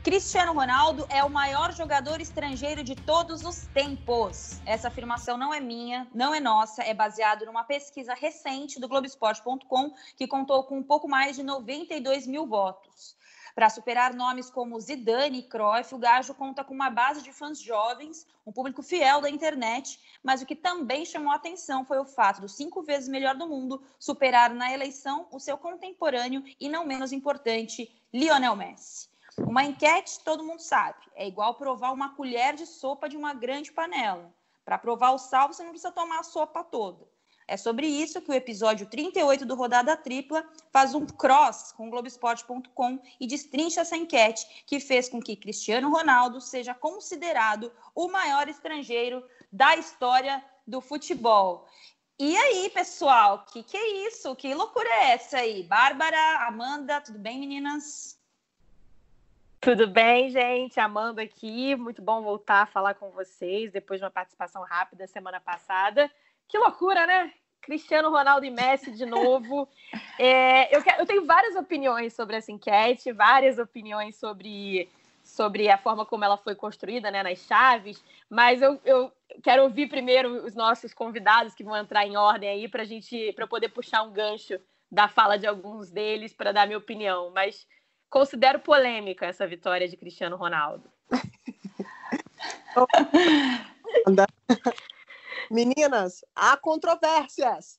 Cristiano Ronaldo é o maior jogador estrangeiro de todos os tempos. Essa afirmação não é minha, não é nossa, é baseado numa pesquisa recente do Globoesporte.com, que contou com um pouco mais de 92 mil votos. Para superar nomes como Zidane e Cruyff, o Gajo conta com uma base de fãs jovens, um público fiel da internet, mas o que também chamou a atenção foi o fato do 5 vezes melhor do mundo superar na eleição o seu contemporâneo e não menos importante, Lionel Messi. Uma enquete, todo mundo sabe, é igual provar uma colher de sopa de uma grande panela. Para provar o sal, você não precisa tomar a sopa toda. É sobre isso que o episódio 38 do Rodada Tripla faz um cross com o Globoesporte.com e destrincha essa enquete que fez com que Cristiano Ronaldo seja considerado o maior estrangeiro da história do futebol. E aí, pessoal, que é isso? Que loucura é essa aí? Bárbara, Amanda, tudo bem, meninas? Tudo bem, gente? Amanda aqui. Muito bom voltar a falar com vocês depois de uma participação rápida semana passada. Que loucura, né? Cristiano Ronaldo e Messi de novo. Eu tenho várias opiniões sobre essa enquete, várias opiniões sobre a forma como ela foi construída, né, nas chaves, mas eu quero ouvir primeiro os nossos convidados que vão entrar em ordem aí para eu poder puxar um gancho da fala de alguns deles para dar minha opinião, mas considero polêmica essa vitória de Cristiano Ronaldo. Meninas, há controvérsias.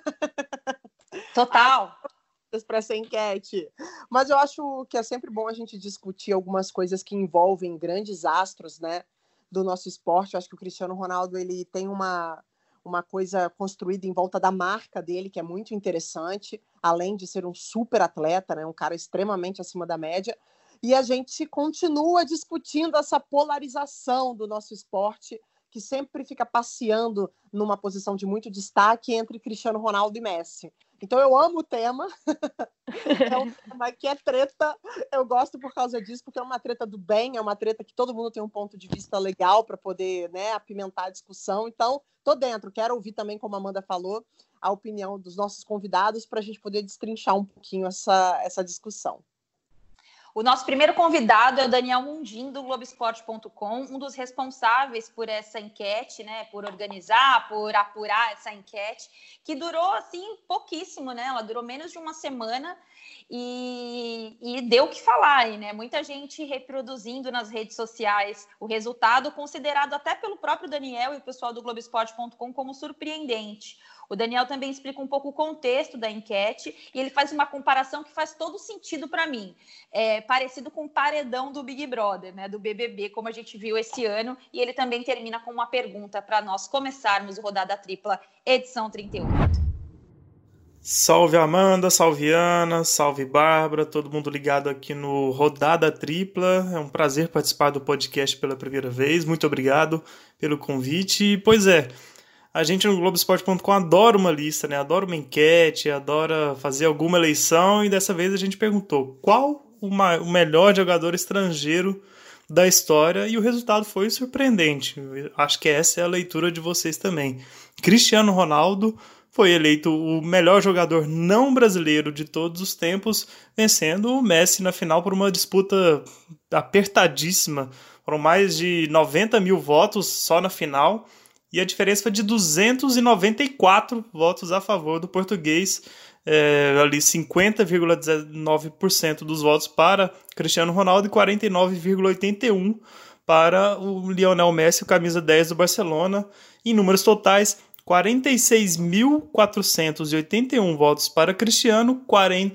Total. Para essa enquete. Mas eu acho que é sempre bom a gente discutir algumas coisas que envolvem grandes astros, né, do nosso esporte. Eu acho que o Cristiano Ronaldo ele tem uma coisa construída em volta da marca dele, que é muito interessante, além de ser um super atleta, né, um cara extremamente acima da média. E a gente continua discutindo essa polarização do nosso esporte, que sempre fica passeando numa posição de muito destaque entre Cristiano Ronaldo e Messi. Então eu amo o tema, é um tema que é treta, eu gosto por causa disso, porque é uma treta do bem, é uma treta que todo mundo tem um ponto de vista legal para poder, né, apimentar a discussão. Então, tô dentro, quero ouvir também, como a Amanda falou, a opinião dos nossos convidados para a gente poder destrinchar um pouquinho essa discussão. O nosso primeiro convidado é o Daniel Mundim, do Globoesporte.com, um dos responsáveis por essa enquete, né, por organizar, por apurar essa enquete, que durou, assim, pouquíssimo, né? Ela durou menos de uma semana e deu o que falar aí, né? Muita gente reproduzindo nas redes sociais o resultado, considerado até pelo próprio Daniel e o pessoal do Globoesporte.com como surpreendente. O Daniel também explica um pouco o contexto da enquete e ele faz uma comparação que faz todo sentido para mim. É parecido com o paredão do Big Brother, né, do BBB, como a gente viu esse ano. E ele também termina com uma pergunta para nós começarmos o Rodada Tripla, edição 38. Salve Amanda, salve Ana, salve Bárbara, todo mundo ligado aqui no Rodada Tripla. É um prazer participar do podcast pela primeira vez. Muito obrigado pelo convite. E, pois é, a gente no Globoesporte.com adora uma lista, né? Adora uma enquete, adora fazer alguma eleição, e dessa vez a gente perguntou qual o melhor jogador estrangeiro da história, e o resultado foi surpreendente. Acho que essa é a leitura de vocês também. Cristiano Ronaldo foi eleito o melhor jogador não brasileiro de todos os tempos, vencendo o Messi na final por uma disputa apertadíssima. Foram mais de 90 mil votos só na final, e a diferença foi de 294 votos a favor do português, ali 50,19% dos votos para Cristiano Ronaldo e 49,81% para o Lionel Messi, o camisa 10 do Barcelona. Em números totais, 46.481 votos para Cristiano,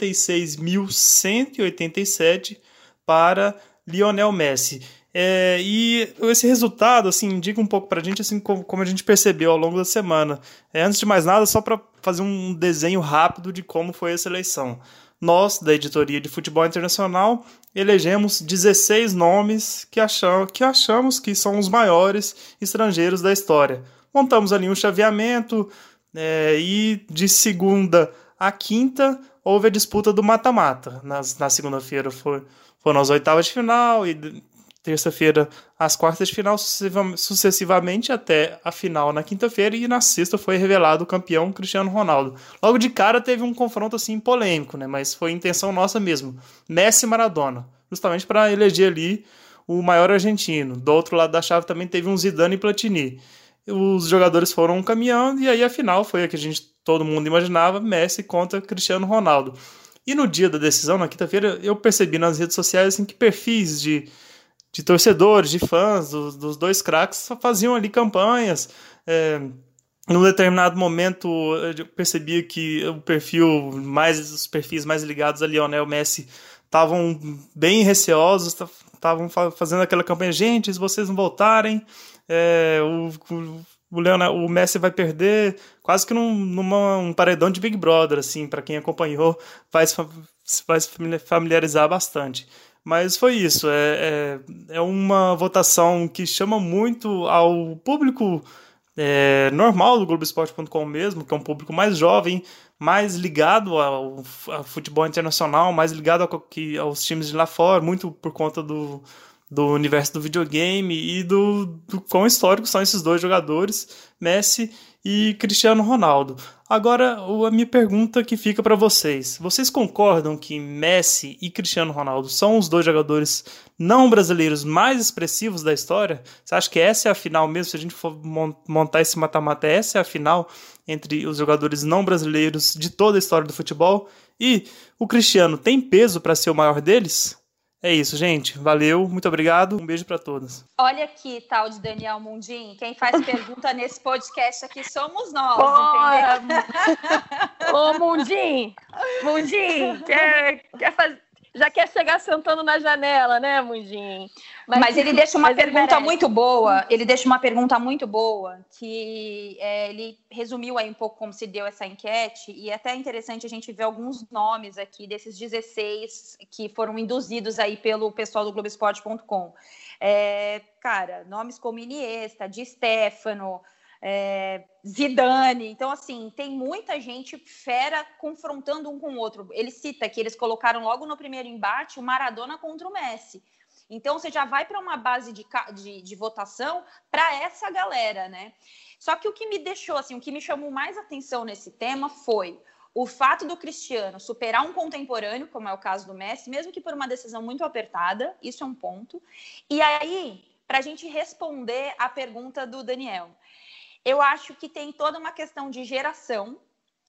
46.187 para Lionel Messi. E esse resultado, assim, indica um pouco pra gente, assim, como a gente percebeu ao longo da semana. Antes de mais nada, só para fazer um desenho rápido de como foi essa eleição. Nós, da Editoria de Futebol Internacional, elegemos 16 nomes que achamos que são os maiores estrangeiros da história. Montamos ali um chaveamento, e de segunda a quinta houve a disputa do mata-mata. Na segunda-feira foram as oitavas de final e terça-feira as quartas de final, sucessivamente até a final na quinta-feira, e na sexta foi revelado o campeão Cristiano Ronaldo. Logo de cara teve um confronto assim polêmico, né? Mas foi intenção nossa mesmo. Messi e Maradona. justamente para eleger ali o maior argentino. Do outro lado da chave também teve um Zidane e Platini. Os jogadores foram caminhando e aí a final foi a que todo mundo imaginava, Messi contra Cristiano Ronaldo. E no dia da decisão, na quinta-feira, eu percebi nas redes sociais assim, que perfis de torcedores, de fãs dos dois craques faziam ali campanhas. Num determinado momento, eu percebia que os perfis mais ligados a Lionel Messi estavam bem receosos, estavam fazendo aquela campanha, gente, se vocês não voltarem, o Messi vai perder, quase que num paredão de Big Brother, assim, para quem acompanhou, vai se familiarizar bastante. Mas foi isso, é uma votação que chama muito ao público normal do Globoesporte.com mesmo, que é um público mais jovem, mais ligado ao futebol internacional, mais ligado aos times de lá fora, muito por conta do universo do videogame e do quão históricos são esses dois jogadores, Messi e Cristiano Ronaldo. Agora, a minha pergunta que fica para vocês. Vocês concordam que Messi e Cristiano Ronaldo são os dois jogadores não brasileiros mais expressivos da história? Você acha que essa é a final mesmo? Se a gente for montar esse mata-mata, essa é a final entre os jogadores não brasileiros de toda a história do futebol? E o Cristiano tem peso para ser o maior deles? É isso, gente. Valeu, muito obrigado. Um beijo para todas. Olha aqui, tal de Daniel Mundim. Quem faz pergunta nesse podcast aqui somos nós, entendeu? Ô, Mundim, já quer chegar sentando na janela, né, Mundim? Mas ele deixa uma pergunta muito boa. Ele deixa uma pergunta muito boa que ele resumiu aí um pouco como se deu essa enquete e é até interessante a gente ver alguns nomes aqui desses 16 que foram induzidos aí pelo pessoal do Globoesporte.com. Cara, nomes como Iniesta, Di Stéfano, Zidane. Então, assim, tem muita gente fera confrontando um com o outro. Ele cita que eles colocaram logo no primeiro embate o Maradona contra o Messi. Então, você já vai para uma base de votação para essa galera, né? Só que o que me deixou, assim, o que me chamou mais atenção nesse tema foi o fato do Cristiano superar um contemporâneo, como é o caso do Messi, mesmo que por uma decisão muito apertada, isso é um ponto. E aí, para a gente responder a pergunta do Daniel, eu acho que tem toda uma questão de geração,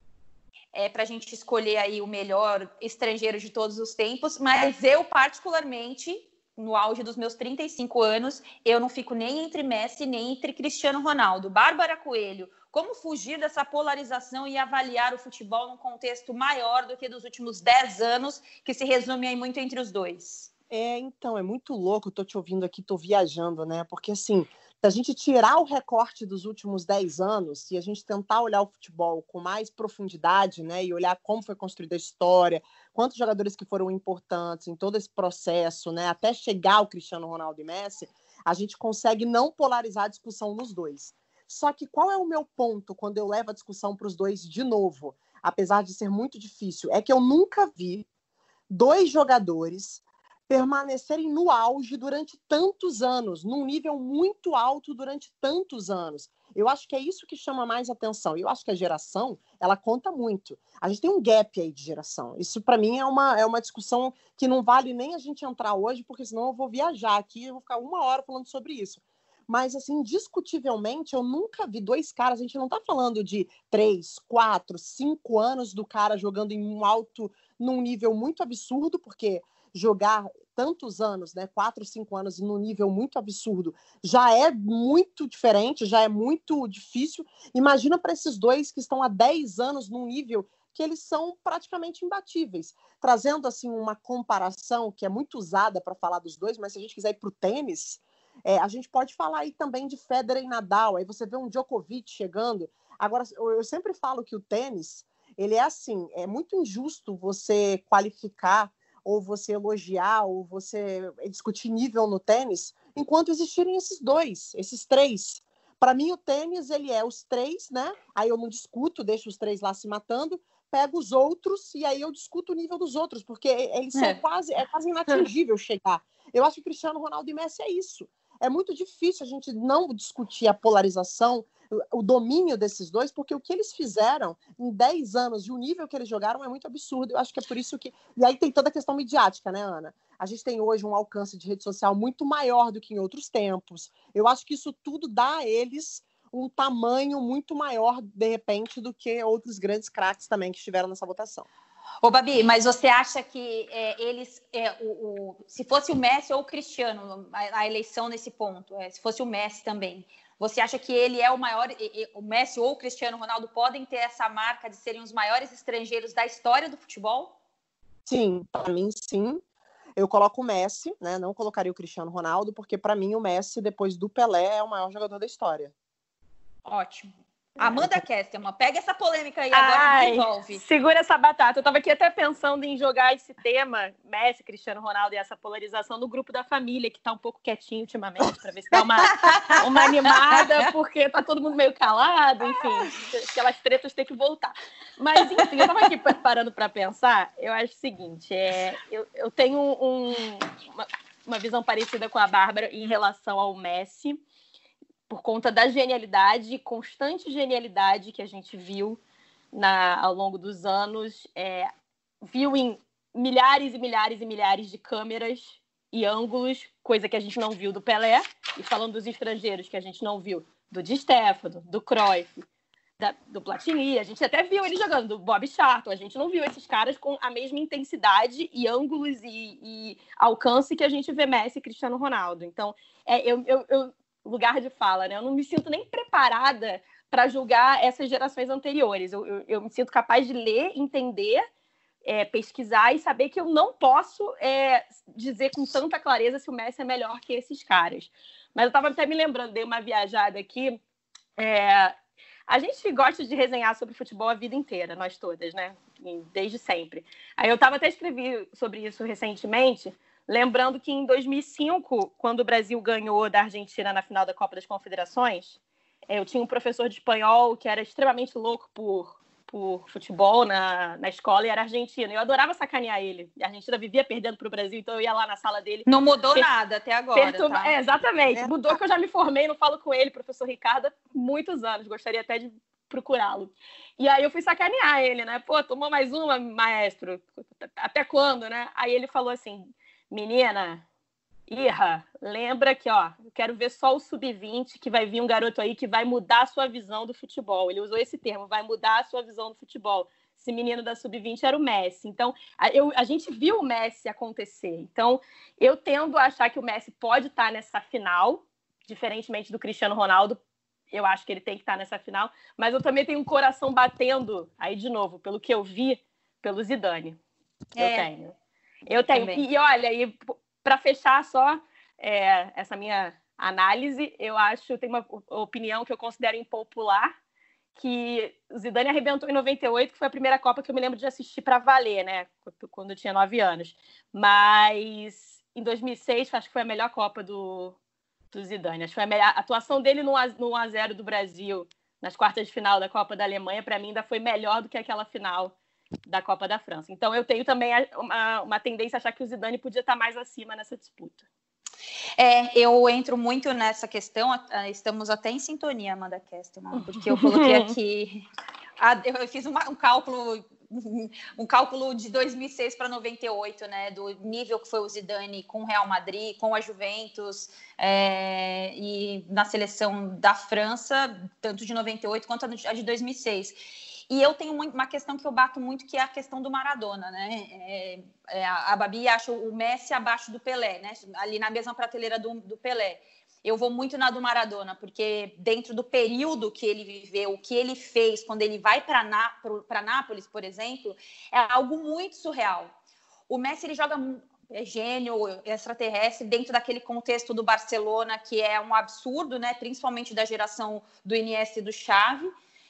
para a gente escolher aí o melhor estrangeiro de todos os tempos, mas eu, particularmente, no auge dos meus 35 anos, eu não fico nem entre Messi, nem entre Cristiano Ronaldo. Bárbara Coelho, como fugir dessa polarização e avaliar o futebol num contexto maior do que dos últimos 10 anos, que se resume aí muito entre os dois? Então, é muito louco, tô te ouvindo aqui, tô viajando, né? Porque, assim, se a gente tirar o recorte dos últimos 10 anos e a gente tentar olhar o futebol com mais profundidade, né? E olhar como foi construída a história, quantos jogadores que foram importantes em todo esse processo, né? Até chegar ao Cristiano Ronaldo e Messi, a gente consegue não polarizar a discussão nos dois. Só que qual é o meu ponto quando eu levo a discussão para os dois de novo? Apesar de ser muito difícil, é que eu nunca vi dois jogadores permanecerem no auge durante tantos anos, num nível muito alto durante tantos anos. Eu acho que é isso que chama mais atenção. Eu acho que a geração, ela conta muito. A gente tem um gap aí de geração. Isso, para mim, é uma discussão que não vale nem a gente entrar hoje, porque senão eu vou viajar aqui e vou ficar 1 hora falando sobre isso. Mas, assim, indiscutivelmente, eu nunca vi dois caras, a gente não está falando de 3, 4, 5 anos do cara jogando em um alto, num nível muito absurdo, porque jogar tantos anos, né, 4, 5 anos num nível muito absurdo, já é muito diferente, já é muito difícil. Imagina para esses dois que estão há 10 anos num nível que eles são praticamente imbatíveis. Trazendo assim uma comparação que é muito usada para falar dos dois, mas se a gente quiser ir para o tênis, a gente pode falar aí também de Federer e Nadal, aí você vê um Djokovic chegando. Agora, eu sempre falo que o tênis, ele é assim, é muito injusto você qualificar ou você elogiar, ou você discutir nível no tênis, enquanto existirem esses dois, esses três. Para mim, o tênis, ele é os três, né? Aí eu não discuto, deixo os três lá se matando, pego os outros e aí eu discuto o nível dos outros, porque eles são quase inatingível chegar. Eu acho que Cristiano Ronaldo e Messi é isso. É muito difícil a gente não discutir a polarização, o domínio desses dois, porque o que eles fizeram em 10 anos e o nível que eles jogaram é muito absurdo. Eu acho que é por isso que... E aí tem toda a questão midiática, né, Ana? A gente tem hoje um alcance de rede social muito maior do que em outros tempos. Eu acho que isso tudo dá a eles um tamanho muito maior, de repente, do que outros grandes craques também que estiveram nessa votação. Ô, Babi, mas você acha que se fosse o Messi ou o Cristiano, a eleição nesse ponto, se fosse o Messi também, você acha que ele é o maior, o Messi ou o Cristiano Ronaldo podem ter essa marca de serem os maiores estrangeiros da história do futebol? Sim, para mim, sim. Eu coloco o Messi, né? Não colocaria o Cristiano Ronaldo, porque para mim o Messi, depois do Pelé, é o maior jogador da história. Ótimo. Amanda Kesterman, pega essa polêmica aí agora e resolve. Segura essa batata. Eu estava aqui até pensando em jogar esse tema, Messi, Cristiano Ronaldo, e essa polarização no grupo da família, que está um pouco quietinho ultimamente, para ver se dá uma animada, porque tá todo mundo meio calado, enfim, aquelas tretas têm que voltar. Mas, enfim, eu estava aqui parando para pensar, eu acho o seguinte, eu tenho uma visão parecida com a Bárbara em relação ao Messi, por conta da genialidade, constante genialidade que a gente viu ao longo dos anos, viu em milhares e milhares e milhares de câmeras e ângulos, coisa que a gente não viu do Pelé, e falando dos estrangeiros que a gente não viu, do Di Stéfano, do Cruyff, do Platini, a gente até viu ele jogando, do Bob Charlton, a gente não viu esses caras com a mesma intensidade e ângulos e alcance que a gente vê Messi e Cristiano Ronaldo. Então, lugar de fala, né? Eu não me sinto nem preparada para julgar essas gerações anteriores. Eu me sinto capaz de ler, entender, pesquisar e saber que eu não posso dizer com tanta clareza se o Messi é melhor que esses caras. Mas eu estava até me lembrando, dei uma viajada aqui. A gente gosta de resenhar sobre futebol a vida inteira, nós todas, né? Desde sempre. Aí eu até escrevi sobre isso recentemente, lembrando que em 2005, quando o Brasil ganhou da Argentina na final da Copa das Confederações, eu tinha um professor de espanhol que era extremamente louco por futebol na escola e era argentino. Eu adorava sacanear ele. A Argentina vivia perdendo para o Brasil, então eu ia lá na sala dele. Não mudou nada até agora, tá? Exatamente. Mudou que eu já me formei, não falo com ele, professor Ricardo, há muitos anos. Gostaria até de procurá-lo. E aí eu fui sacanear ele, né? Pô, tomou mais uma, maestro? Até quando, né? Aí ele falou assim... Menina, Irra, lembra que, eu quero ver só o sub-20, que vai vir um garoto aí que vai mudar a sua visão do futebol. Ele usou esse termo, vai mudar a sua visão do futebol. Esse menino da sub-20 era o Messi. Então, a gente viu o Messi acontecer. Então, eu tendo a achar que o Messi pode estar nessa final, diferentemente do Cristiano Ronaldo. Eu acho que ele tem que estar nessa final. Mas eu também tenho um coração batendo, aí de novo, pelo que eu vi, pelo Zidane. Eu tenho. E olha, para fechar só essa minha análise, eu acho, tem uma opinião que eu considero impopular, que o Zidane arrebentou em 98, que foi a primeira Copa que eu me lembro de assistir para valer, né? Quando eu tinha 9 anos. Mas em 2006, acho que foi a melhor Copa do Zidane. Acho que foi a atuação dele no 1-0 do Brasil, nas quartas de final da Copa da Alemanha, para mim ainda foi melhor do que aquela final da Copa da França. Então, eu tenho também uma tendência a achar que o Zidane podia estar mais acima nessa disputa. Eu entro muito nessa questão, estamos até em sintonia, Amanda Kesterman, porque eu coloquei aqui, eu fiz um cálculo de 2006 para 98, né, do nível que foi o Zidane com o Real Madrid, com a Juventus, e na seleção da França, tanto de 98 quanto a de 2006. E eu tenho uma questão que eu bato muito, que é a questão do Maradona, né? A Babi acha o Messi abaixo do Pelé, né? Ali na mesma prateleira do Pelé. Eu vou muito na do Maradona, porque dentro do período que ele viveu, o que ele fez quando ele vai para Nápoles, por exemplo, é algo muito surreal. O Messi, ele joga gênio, extraterrestre, dentro daquele contexto do Barcelona, que é um absurdo, né? Principalmente da geração do Iniesta e do Xavi.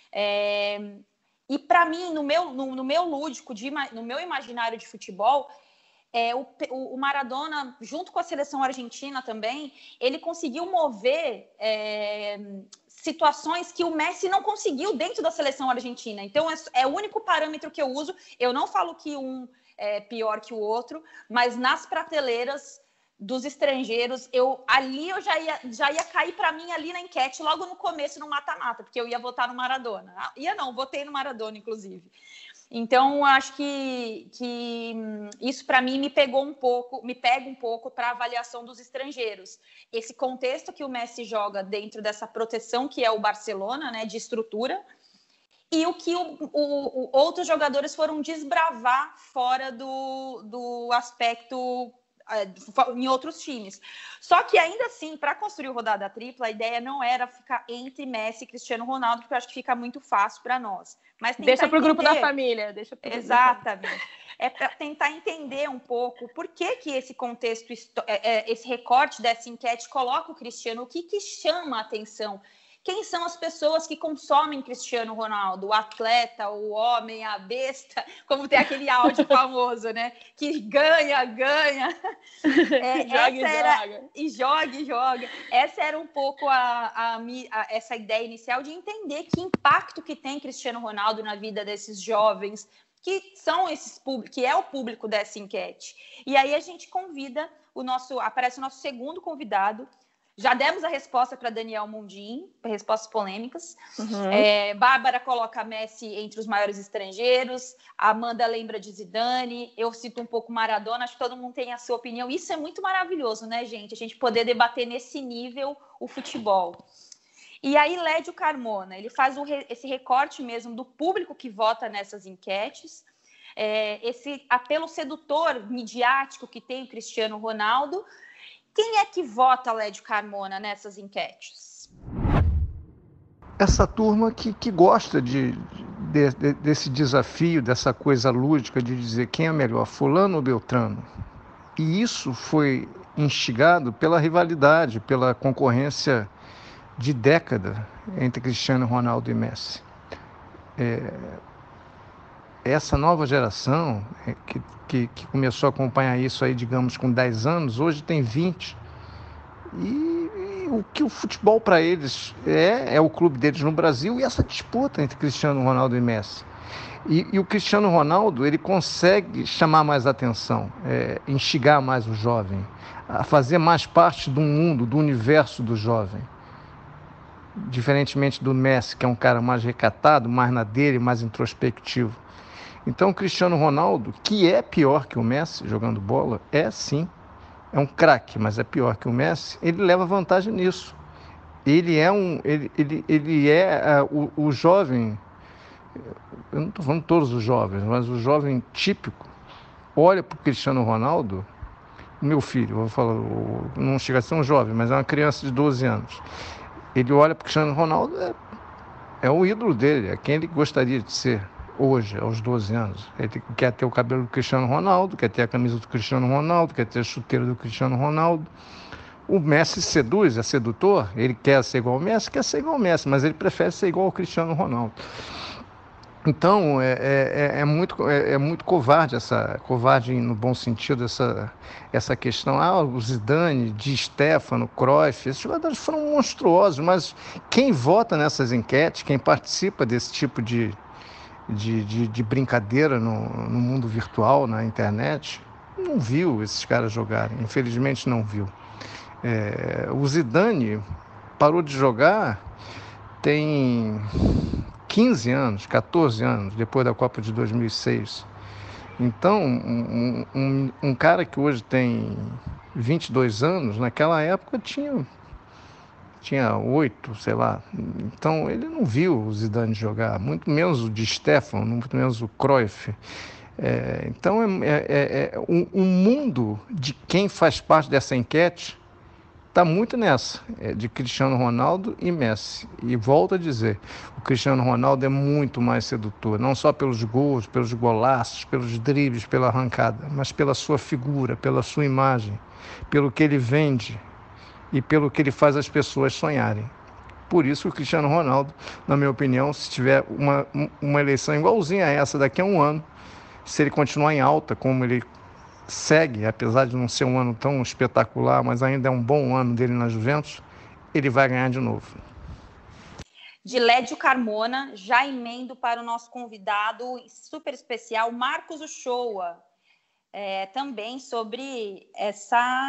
E para mim, no meu lúdico, no meu imaginário de futebol, o Maradona, junto com a seleção argentina também, ele conseguiu mover situações que o Messi não conseguiu dentro da seleção argentina. Então, é o único parâmetro que eu uso. Eu não falo que um é pior que o outro, mas nas prateleiras, dos estrangeiros, eu já ia cair para mim ali na enquete, logo no começo, no mata-mata, porque eu ia votar no Maradona. Votei no Maradona, inclusive. Então, acho que isso, para mim, me pega um pouco para a avaliação dos estrangeiros. Esse contexto que o Messi joga dentro dessa proteção que é o Barcelona, né, de estrutura, e o que outros jogadores foram desbravar fora do aspecto em outros times. Só que ainda assim, para construir o Rodada Tripla, a ideia não era ficar entre Messi e Cristiano Ronaldo, porque eu acho que fica muito fácil para nós. Mas deixa para o grupo da família. Exatamente. É para tentar entender um pouco por que esse contexto, esse recorte dessa enquete coloca o Cristiano, o que chama a atenção. Quem são as pessoas que consomem Cristiano Ronaldo? O atleta, o homem, a besta, como tem aquele áudio famoso, né? Que ganha. Joga. Essa era um pouco essa ideia inicial de entender que impacto que tem Cristiano Ronaldo na vida desses jovens, que é o público dessa enquete. E aí a gente convida aparece o nosso segundo convidado. Já demos a resposta para Daniel Mundim, respostas polêmicas. Bárbara coloca Messi entre os maiores estrangeiros. A Amanda lembra de Zidane. Eu cito um pouco Maradona. Acho que todo mundo tem a sua opinião. Isso é muito maravilhoso, né, gente? A gente poder debater nesse nível o futebol. E aí, Lédio Carmona, ele faz esse recorte mesmo do público que vota nessas enquetes. Esse apelo sedutor, midiático que tem o Cristiano Ronaldo. Quem é que vota, Lédio Carmona, nessas enquetes? Essa turma que gosta desse desafio, dessa coisa lúdica de dizer quem é melhor, fulano ou Beltrano. E isso foi instigado pela rivalidade, pela concorrência de década entre Cristiano Ronaldo e Messi. Essa nova geração que começou a acompanhar isso aí, digamos, com 10 anos, hoje tem 20. E o que o futebol para eles é o clube deles no Brasil e essa disputa entre Cristiano Ronaldo e Messi. E o Cristiano Ronaldo, ele consegue chamar mais atenção, instigar mais o jovem, a fazer mais parte do mundo, do universo do jovem. Diferentemente do Messi, que é um cara mais recatado, mais na dele, mais introspectivo. Então, o Cristiano Ronaldo, que é pior que o Messi jogando bola, sim, é um craque, mas é pior que o Messi, ele leva vantagem nisso. Ele é o jovem, eu não estou falando todos os jovens, mas o jovem típico, olha para o Cristiano Ronaldo, o meu filho, vou falar, não chega a ser um jovem, mas é uma criança de 12 anos. Ele olha para o Cristiano Ronaldo, é o ídolo dele, é quem ele gostaria de ser. Hoje, aos 12 anos, ele quer ter o cabelo do Cristiano Ronaldo, quer ter a camisa do Cristiano Ronaldo, quer ter a chuteira do Cristiano Ronaldo. O Messi seduz, é sedutor, ele quer ser igual ao Messi, mas ele prefere ser igual ao Cristiano Ronaldo. Então, é muito covarde, covarde no bom sentido, essa questão. O Zidane, Di Stéfano, Cruyff, esses jogadores foram monstruosos, mas quem vota nessas enquetes, quem participa desse tipo de brincadeira no mundo virtual, na internet, não viu esses caras jogarem, infelizmente não viu. O Zidane parou de jogar tem 15 anos, 14 anos, depois da Copa de 2006. Então, um cara que hoje tem 22 anos, naquela época tinha 8, sei lá. Então, ele não viu o Zidane jogar, muito menos o Di Stéfano, muito menos o Cruyff. Então, o mundo de quem faz parte dessa enquete está muito nessa, de Cristiano Ronaldo e Messi. E volto a dizer, o Cristiano Ronaldo é muito mais sedutor, não só pelos gols, pelos golaços, pelos dribles, pela arrancada, mas pela sua figura, pela sua imagem, pelo que ele vende e pelo que ele faz as pessoas sonharem. Por isso o Cristiano Ronaldo, na minha opinião, se tiver uma eleição igualzinha a essa daqui a um ano, se ele continuar em alta como ele segue, apesar de não ser um ano tão espetacular, mas ainda é um bom ano dele na Juventus, ele vai ganhar de novo. De Lédio Carmona, já emendo para o nosso convidado super especial, Marcos Uchoa, também sobre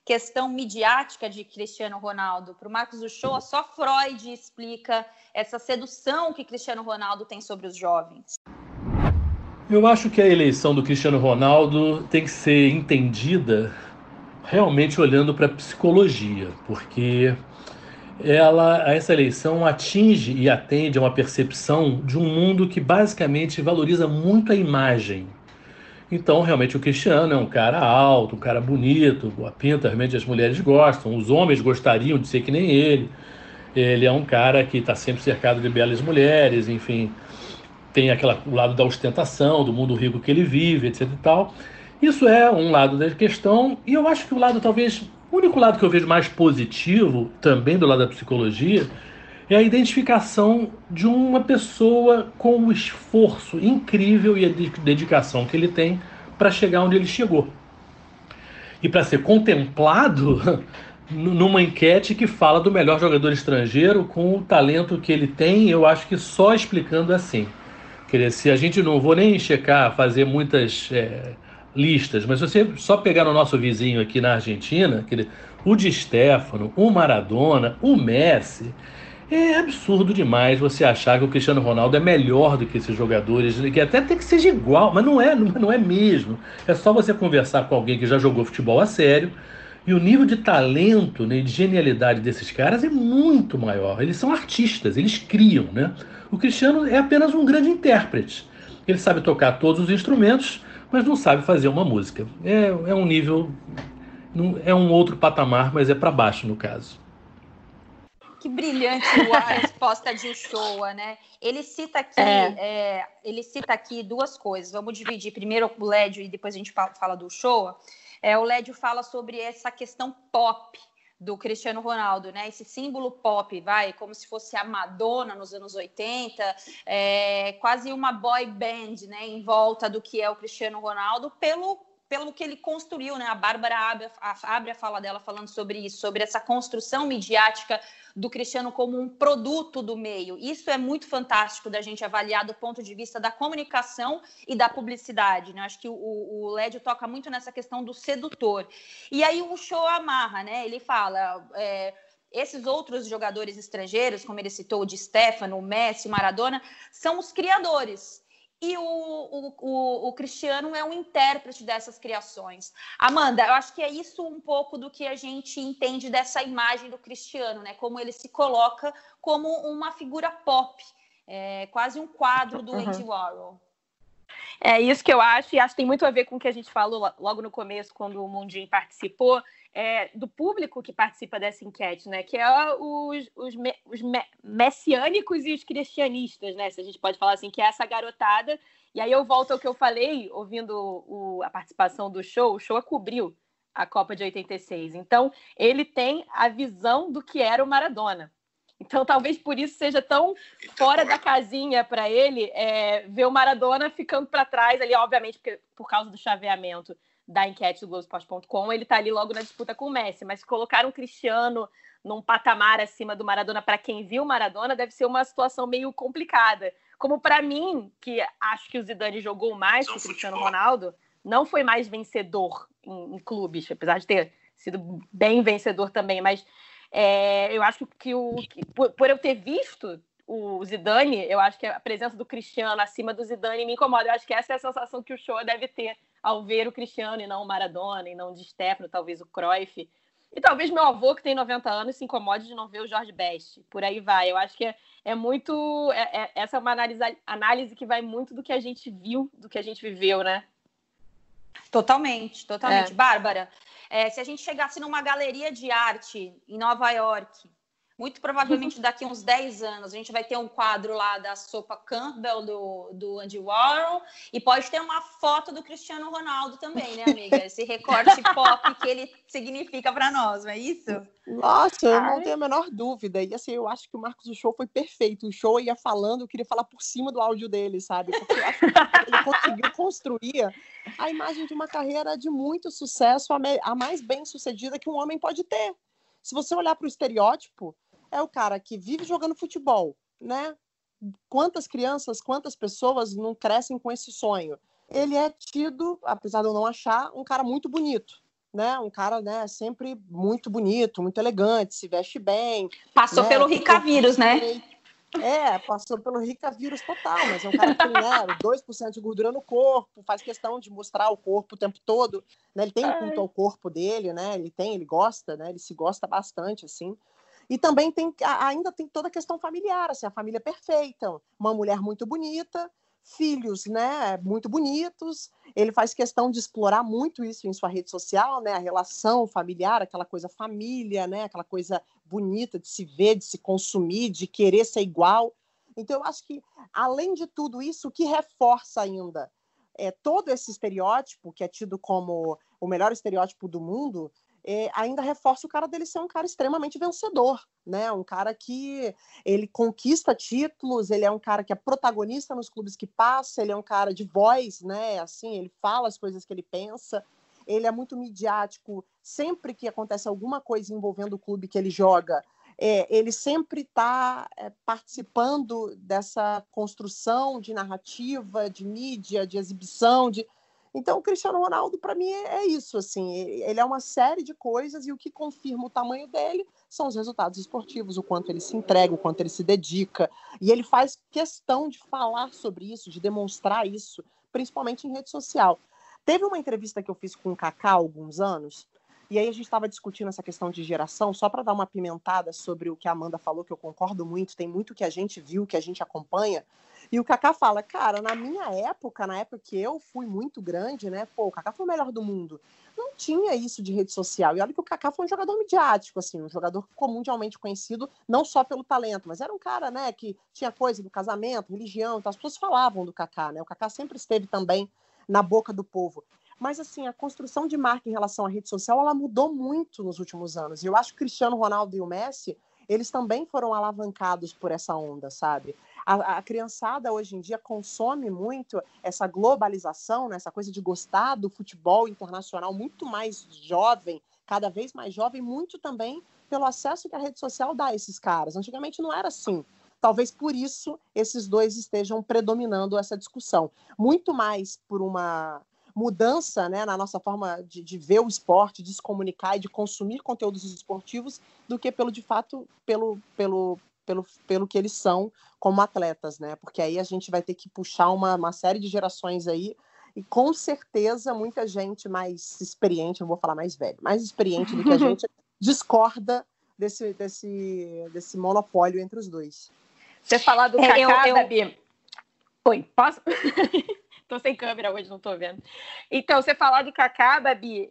questão midiática de Cristiano Ronaldo. Para o Marcos Uchoa, só Freud explica essa sedução que Cristiano Ronaldo tem sobre os jovens. Eu acho que a eleição do Cristiano Ronaldo tem que ser entendida realmente olhando para a psicologia, porque essa eleição atinge e atende a uma percepção de um mundo que basicamente valoriza muito a imagem. Então, realmente, o Cristiano é um cara alto, um cara bonito, boa pinta, realmente as mulheres gostam, os homens gostariam de ser que nem ele. Ele é um cara que está sempre cercado de belas mulheres, enfim, tem o lado da ostentação, do mundo rico que ele vive, etc e tal. Isso é um lado da questão, e eu acho que o único lado que eu vejo mais positivo, também do lado da psicologia, é a identificação de uma pessoa com o esforço incrível e a dedicação que ele tem para chegar onde ele chegou. E para ser contemplado numa enquete que fala do melhor jogador estrangeiro com o talento que ele tem, eu acho que só explicando assim. Quer dizer, se a gente não vou nem checar, fazer muitas listas, mas se você só pegar no nosso vizinho aqui na Argentina, o Di Stéfano, o Maradona, o Messi, é absurdo demais você achar que o Cristiano Ronaldo é melhor do que esses jogadores, que até tem que seja igual, mas não é mesmo. É só você conversar com alguém que já jogou futebol a sério, e o nível de talento, né, de genialidade desses caras é muito maior. Eles são artistas, eles criam, né? O Cristiano é apenas um grande intérprete. Ele sabe tocar todos os instrumentos, mas não sabe fazer uma música. É um nível, é um outro patamar, mas é para baixo no caso. Que brilhante a resposta de Uchoa, né? Ele cita aqui duas coisas. Vamos dividir primeiro o Lédio e depois a gente fala do Uchoa. O Lédio fala sobre essa questão pop do Cristiano Ronaldo, né? Esse símbolo pop, como se fosse a Madonna nos anos 80, quase uma boy band, né? Em volta do que é o Cristiano Ronaldo, pelo que ele construiu, né? A Bárbara abre a fala dela falando sobre isso, sobre essa construção midiática do Cristiano como um produto do meio. Isso é muito fantástico da gente avaliar do ponto de vista da comunicação e da publicidade, né? Acho que o Lédio toca muito nessa questão do sedutor. E aí o Uchoa amarra, né? Ele fala... esses outros jogadores estrangeiros, como ele citou, o Di Stéfano, o Messi, o Maradona, são os criadores. E o Cristiano é um intérprete dessas criações. Amanda, eu acho que é isso um pouco do que a gente entende dessa imagem do Cristiano, né? Como ele se coloca como uma figura pop, quase um quadro do Andy Warhol. É isso que eu acho, e acho que tem muito a ver com o que a gente falou logo no começo, quando o Mundinho participou, do público que participa dessa enquete, né? Que é os messiânicos e os cristianistas, né? Se a gente pode falar assim, que é essa garotada. E aí eu volto ao que eu falei, ouvindo a participação do Uchoa. O Uchoa cobriu a Copa de 86. Então, ele tem a visão do que era o Maradona. Então, talvez por isso seja tão fora da casinha para ele ver o Maradona ficando para trás ali, obviamente, por causa do chaveamento da enquete do Globoesporte.com, ele está ali logo na disputa com o Messi, mas colocar um Cristiano num patamar acima do Maradona, para quem viu o Maradona, deve ser uma situação meio complicada. Como para mim, que acho que o Zidane jogou mais que o Cristiano Ronaldo, não foi mais vencedor em clubes, apesar de ter sido bem vencedor também, mas eu acho que por eu ter visto o Zidane, eu acho que a presença do Cristiano acima do Zidane me incomoda. Eu acho que essa é a sensação que o Uchoa deve ter ao ver o Cristiano e não o Maradona, e não o Di Stéfano, talvez o Cruyff. E talvez meu avô, que tem 90 anos, se incomode de não ver o Jorge Best. Por aí vai. Eu acho que é muito... essa é uma análise que vai muito do que a gente viu, do que a gente viveu, né? Totalmente. Bárbara, se a gente chegasse numa galeria de arte em Nova York, muito provavelmente daqui a uns 10 anos, a gente vai ter um quadro lá da sopa Campbell do Andy Warhol, e pode ter uma foto do Cristiano Ronaldo também, né, amiga? Esse recorte pop que ele significa para nós, não é isso? Nossa, eu não tenho a menor dúvida. E assim, eu acho que o Marcos Uchoa foi perfeito. O Uchoa ia falando, eu queria falar por cima do áudio dele, sabe? Porque eu acho que ele conseguiu construir a imagem de uma carreira de muito sucesso, a mais bem-sucedida que um homem pode ter. Se você olhar para o estereótipo, é o cara que vive jogando futebol, né? Quantas crianças, quantas pessoas não crescem com esse sonho? Ele é tido, apesar de eu não achar, um cara muito bonito, né? Um cara, né, sempre muito bonito, muito elegante, se veste bem. Passou né? pelo Ricavírus, né? Passou pelo Ricavírus total, mas é um cara que tem, né, 2% de gordura no corpo, faz questão de mostrar o corpo o tempo todo, né? Ele tem um culto ao corpo dele, né? Ele gosta, né? Ele se gosta bastante, assim. E também ainda tem toda a questão familiar, assim, a família perfeita, uma mulher muito bonita, filhos, né, muito bonitos. Ele faz questão de explorar muito isso em sua rede social, né, a relação familiar, aquela coisa família, né, aquela coisa bonita de se ver, de se consumir, de querer ser igual. Então, eu acho que, além de tudo isso, o que reforça ainda todo esse estereótipo, que é tido como o melhor estereótipo do mundo, ainda reforça o cara dele ser um cara extremamente vencedor, né? Um cara que ele conquista títulos, ele é um cara que é protagonista nos clubes que passa, ele é um cara de voz, né? Assim, ele fala as coisas que ele pensa, ele é muito midiático. Sempre que acontece alguma coisa envolvendo o clube que ele joga, ele sempre está participando dessa construção de narrativa, de mídia, de exibição, Então, o Cristiano Ronaldo, para mim, é isso. Assim, ele é uma série de coisas e o que confirma o tamanho dele são os resultados esportivos, o quanto ele se entrega, o quanto ele se dedica. E ele faz questão de falar sobre isso, de demonstrar isso, principalmente em rede social. Teve uma entrevista que eu fiz com o Kaká há alguns anos, e aí a gente estava discutindo essa questão de geração, só para dar uma pimentada sobre o que a Amanda falou, que eu concordo muito, tem muito que a gente viu, que a gente acompanha. E o Kaká fala, cara, na minha época, na época que eu fui muito grande, né? Pô, o Kaká foi o melhor do mundo. Não tinha isso de rede social. E olha que o Kaká foi um jogador midiático, assim, um jogador mundialmente conhecido, não só pelo talento, mas era um cara, né, que tinha coisa do casamento, religião, então as pessoas falavam do Kaká, né? O Kaká sempre esteve também na boca do povo. Mas, assim, a construção de marca em relação à rede social, ela mudou muito nos últimos anos. E eu acho que o Cristiano Ronaldo e o Messi, eles também foram alavancados por essa onda, sabe? A criançada hoje em dia consome muito essa globalização, né? Essa coisa de gostar do futebol internacional muito mais jovem, cada vez mais jovem, muito também pelo acesso que a rede social dá a esses caras. Antigamente não era assim. Talvez por isso esses dois estejam predominando essa discussão. Muito mais por uma mudança, né, na nossa forma de ver o esporte, de se comunicar e de consumir conteúdos esportivos, do que de fato pelo que eles são como atletas, né? Porque aí a gente vai ter que puxar uma série de gerações aí, e com certeza muita gente mais experiente, não vou falar mais velho, mais experiente do que a gente, discorda desse monopólio entre os dois. Você falar do Kaká, Babi... Oi, posso? Tô sem câmera hoje, não tô vendo. Então, você falar do Kaká, Babi,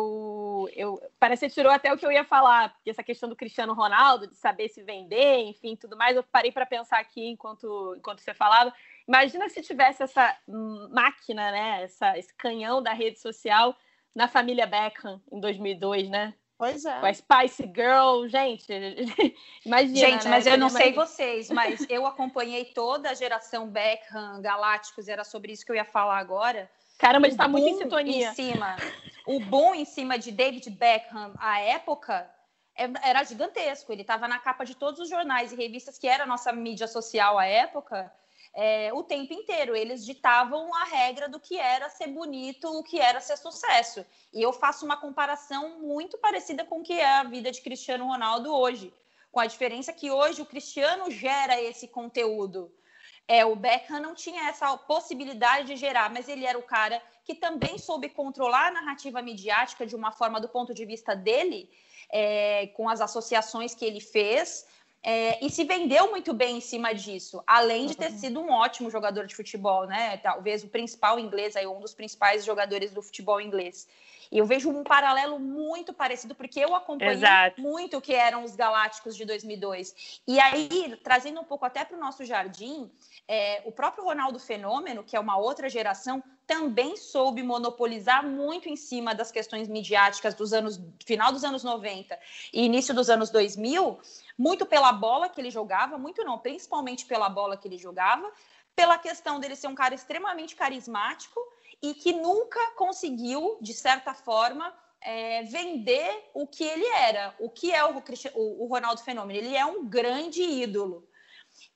parece que você tirou até o que eu ia falar, porque essa questão do Cristiano Ronaldo, de saber se vender, enfim, tudo mais, eu parei para pensar aqui enquanto você falava. Imagina se tivesse essa máquina, né, esse canhão da rede social na família Beckham em 2002, né? Pois é. Com a Spice Girl, gente, imagina, gente, né? Mas eu não sei vocês, mas eu acompanhei toda a geração Beckham, Galácticos, era sobre isso que eu ia falar agora. Caramba, a gente tá muito em sintonia. O boom em cima de David Beckham, à época, era gigantesco. Ele estava na capa de todos os jornais e revistas que era a nossa mídia social à época, o tempo inteiro. Eles ditavam a regra do que era ser bonito, o que era ser sucesso. E eu faço uma comparação muito parecida com o que é a vida de Cristiano Ronaldo hoje, com a diferença que hoje o Cristiano gera esse conteúdo. O Beckham não tinha essa possibilidade de gerar, mas ele era o cara que também soube controlar a narrativa midiática de uma forma do ponto de vista dele, com as associações que ele fez, e se vendeu muito bem em cima disso, além de ter sido um ótimo jogador de futebol, né? Talvez o principal inglês, um dos principais jogadores do futebol inglês. E eu vejo um paralelo muito parecido, porque eu acompanhei muito o que eram os Galácticos de 2002. E aí, trazendo um pouco até para o nosso jardim, o próprio Ronaldo Fenômeno, que é uma outra geração, também soube monopolizar muito em cima das questões midiáticas final dos anos 90 e início dos anos 2000, muito pela bola que ele jogava, principalmente pela bola que ele jogava, pela questão dele ser um cara extremamente carismático e que nunca conseguiu, de certa forma, vender o que ele era. O que é o Ronaldo Fenômeno? Ele é um grande ídolo.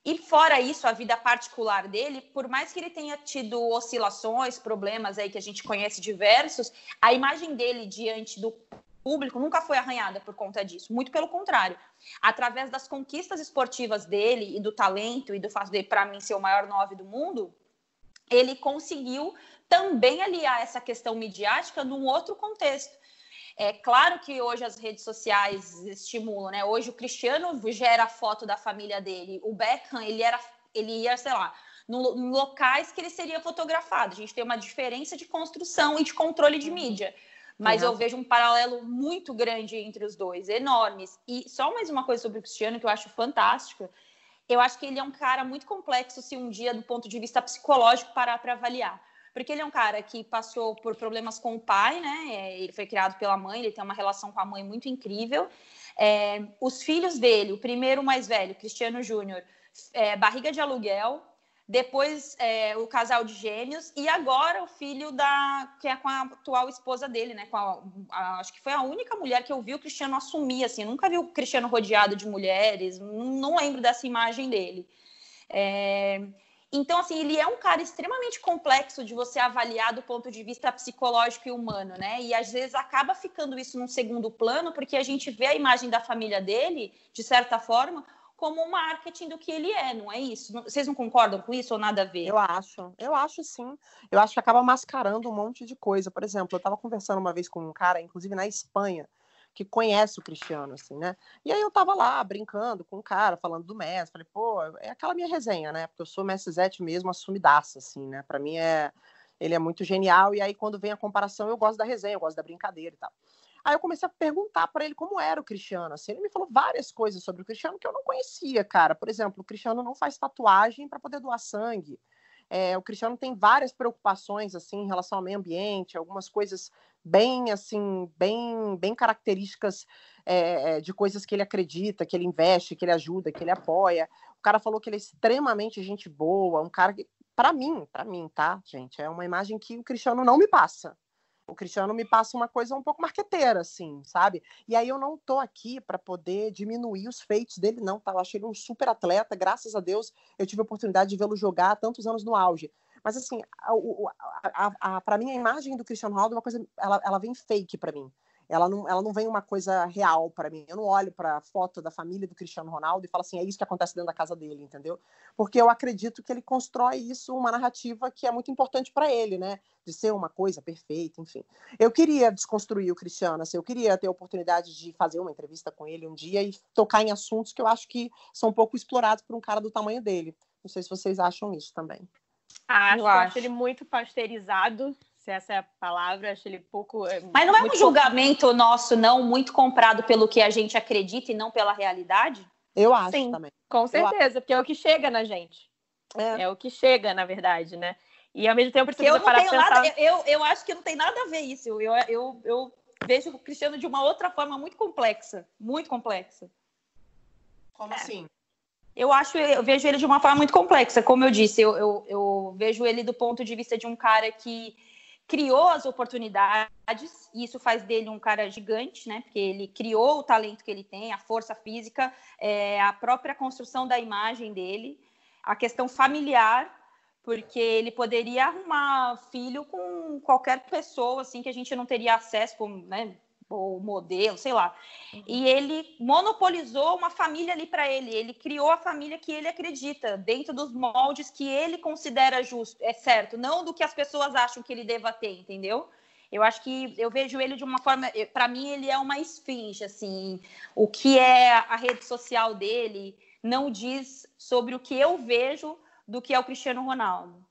E fora isso, a vida particular dele, por mais que ele tenha tido oscilações, problemas aí que a gente conhece diversos, a imagem dele diante do público nunca foi arranhada por conta disso. Muito pelo contrário. Através das conquistas esportivas dele e do talento e do fato dele, para mim, ser o maior 9 do mundo, ele conseguiu também aliar essa questão midiática num outro contexto. É claro que hoje as redes sociais estimulam, né? Hoje o Cristiano gera foto da família dele, o Beckham, ele ia, sei lá, em locais que ele seria fotografado. A gente tem uma diferença de construção e de controle de mídia. Mas eu vejo um paralelo muito grande entre os dois, enormes. E só mais uma coisa sobre o Cristiano que eu acho fantástico. Eu acho que ele é um cara muito complexo se um dia, do ponto de vista psicológico, parar para avaliar. Porque ele é um cara que passou por problemas com o pai, né? Ele foi criado pela mãe, ele tem uma relação com a mãe muito incrível. Os filhos dele, o primeiro mais velho, Cristiano Júnior, barriga de aluguel. Depois o casal de gêmeos e agora o filho que é com a atual esposa dele, né? Acho que foi a única mulher que eu vi o Cristiano assumir, assim. Eu nunca vi o Cristiano rodeado de mulheres, não lembro dessa imagem dele. Então, assim, ele é um cara extremamente complexo de você avaliar do ponto de vista psicológico e humano, né? E às vezes acaba ficando isso num segundo plano, porque a gente vê a imagem da família dele, de certa forma, como um marketing do que ele é, não é isso? Vocês não concordam com isso ou nada a ver? Eu acho sim. Eu acho que acaba mascarando um monte de coisa. Por exemplo, eu estava conversando uma vez com um cara, inclusive na Espanha, que conhece o Cristiano, assim, né? E aí eu tava lá, brincando com o cara, falando do Messi. Falei, pô, é aquela minha resenha, né? Porque eu sou Messizete mesmo, assumidaça, assim, né? Pra mim, ele é muito genial. E aí, quando vem a comparação, eu gosto da resenha, eu gosto da brincadeira e tal. Aí eu comecei a perguntar para ele como era o Cristiano, assim. Ele me falou várias coisas sobre o Cristiano que eu não conhecia, cara. Por exemplo, o Cristiano não faz tatuagem para poder doar sangue. O Cristiano tem várias preocupações, assim, em relação ao meio ambiente, algumas coisas bem, assim, bem características de coisas que ele acredita, que ele investe, que ele ajuda, que ele apoia. O cara falou que ele é extremamente gente boa, um cara que, para mim, tá, gente, é uma imagem que o Cristiano não me passa. O Cristiano me passa uma coisa um pouco marqueteira, assim, sabe? E aí eu não tô aqui para poder diminuir os feitos dele, não, tá? Eu achei ele um super atleta, graças a Deus eu tive a oportunidade de vê-lo jogar há tantos anos no auge. Mas, assim, para mim a imagem do Cristiano Ronaldo é uma coisa, ela vem fake para mim. Ela não vem uma coisa real para mim. Eu não olho para a foto da família do Cristiano Ronaldo e falo assim, é isso que acontece dentro da casa dele, entendeu? Porque eu acredito que ele constrói isso, uma narrativa que é muito importante para ele, né? De ser uma coisa perfeita, enfim. Eu queria desconstruir o Cristiano, assim, eu queria ter a oportunidade de fazer uma entrevista com ele um dia e tocar em assuntos que eu acho que são um pouco explorados por um cara do tamanho dele. Não sei se vocês acham isso também. Acho ele muito pasteurizado, se essa é a palavra, acho ele pouco... Mas não é um julgamento nosso, não, muito comprado pelo que a gente acredita e não pela realidade? Eu acho. Sim, também. Com certeza, porque é o que chega na gente. É o que chega, na verdade, né? E ao mesmo tempo porque eu não tenho nada, eu acho que não tem nada a ver isso. Eu vejo o Cristiano de uma outra forma muito complexa. Muito complexa. Como assim? Eu vejo ele de uma forma muito complexa. Como eu disse, eu vejo ele do ponto de vista de um cara que criou as oportunidades, e isso faz dele um cara gigante, né? Porque ele criou o talento que ele tem, a força física, a própria construção da imagem dele, a questão familiar, porque ele poderia arrumar filho com qualquer pessoa, assim, que a gente não teria acesso, como, né? Ou modelo, sei lá. E ele monopolizou uma família ali para ele. Ele criou a família que ele acredita, dentro dos moldes que ele considera justo, certo, não do que as pessoas acham que ele deva ter, entendeu? Eu acho que eu vejo ele de uma forma... Para mim, ele é uma esfinge, assim. O que é a rede social dele não diz sobre o que eu vejo do que é o Cristiano Ronaldo.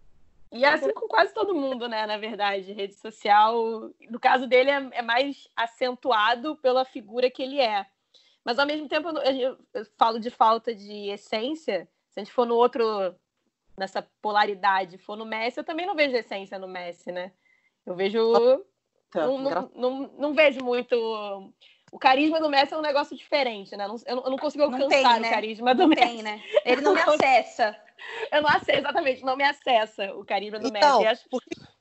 E assim com quase todo mundo, né, na verdade, rede social, no caso dele é mais acentuado pela figura que ele é. Mas ao mesmo tempo eu falo de falta de essência, se a gente for no outro, nessa polaridade, for no Messi, eu também não vejo essência no Messi, né? Eu vejo... Não vejo muito... O carisma do Messi é um negócio diferente, né? Eu não consigo alcançar o carisma do Messi. Tem, né? Ele não me acessa. Eu não acesso, exatamente, não me acessa o carisma do Messi.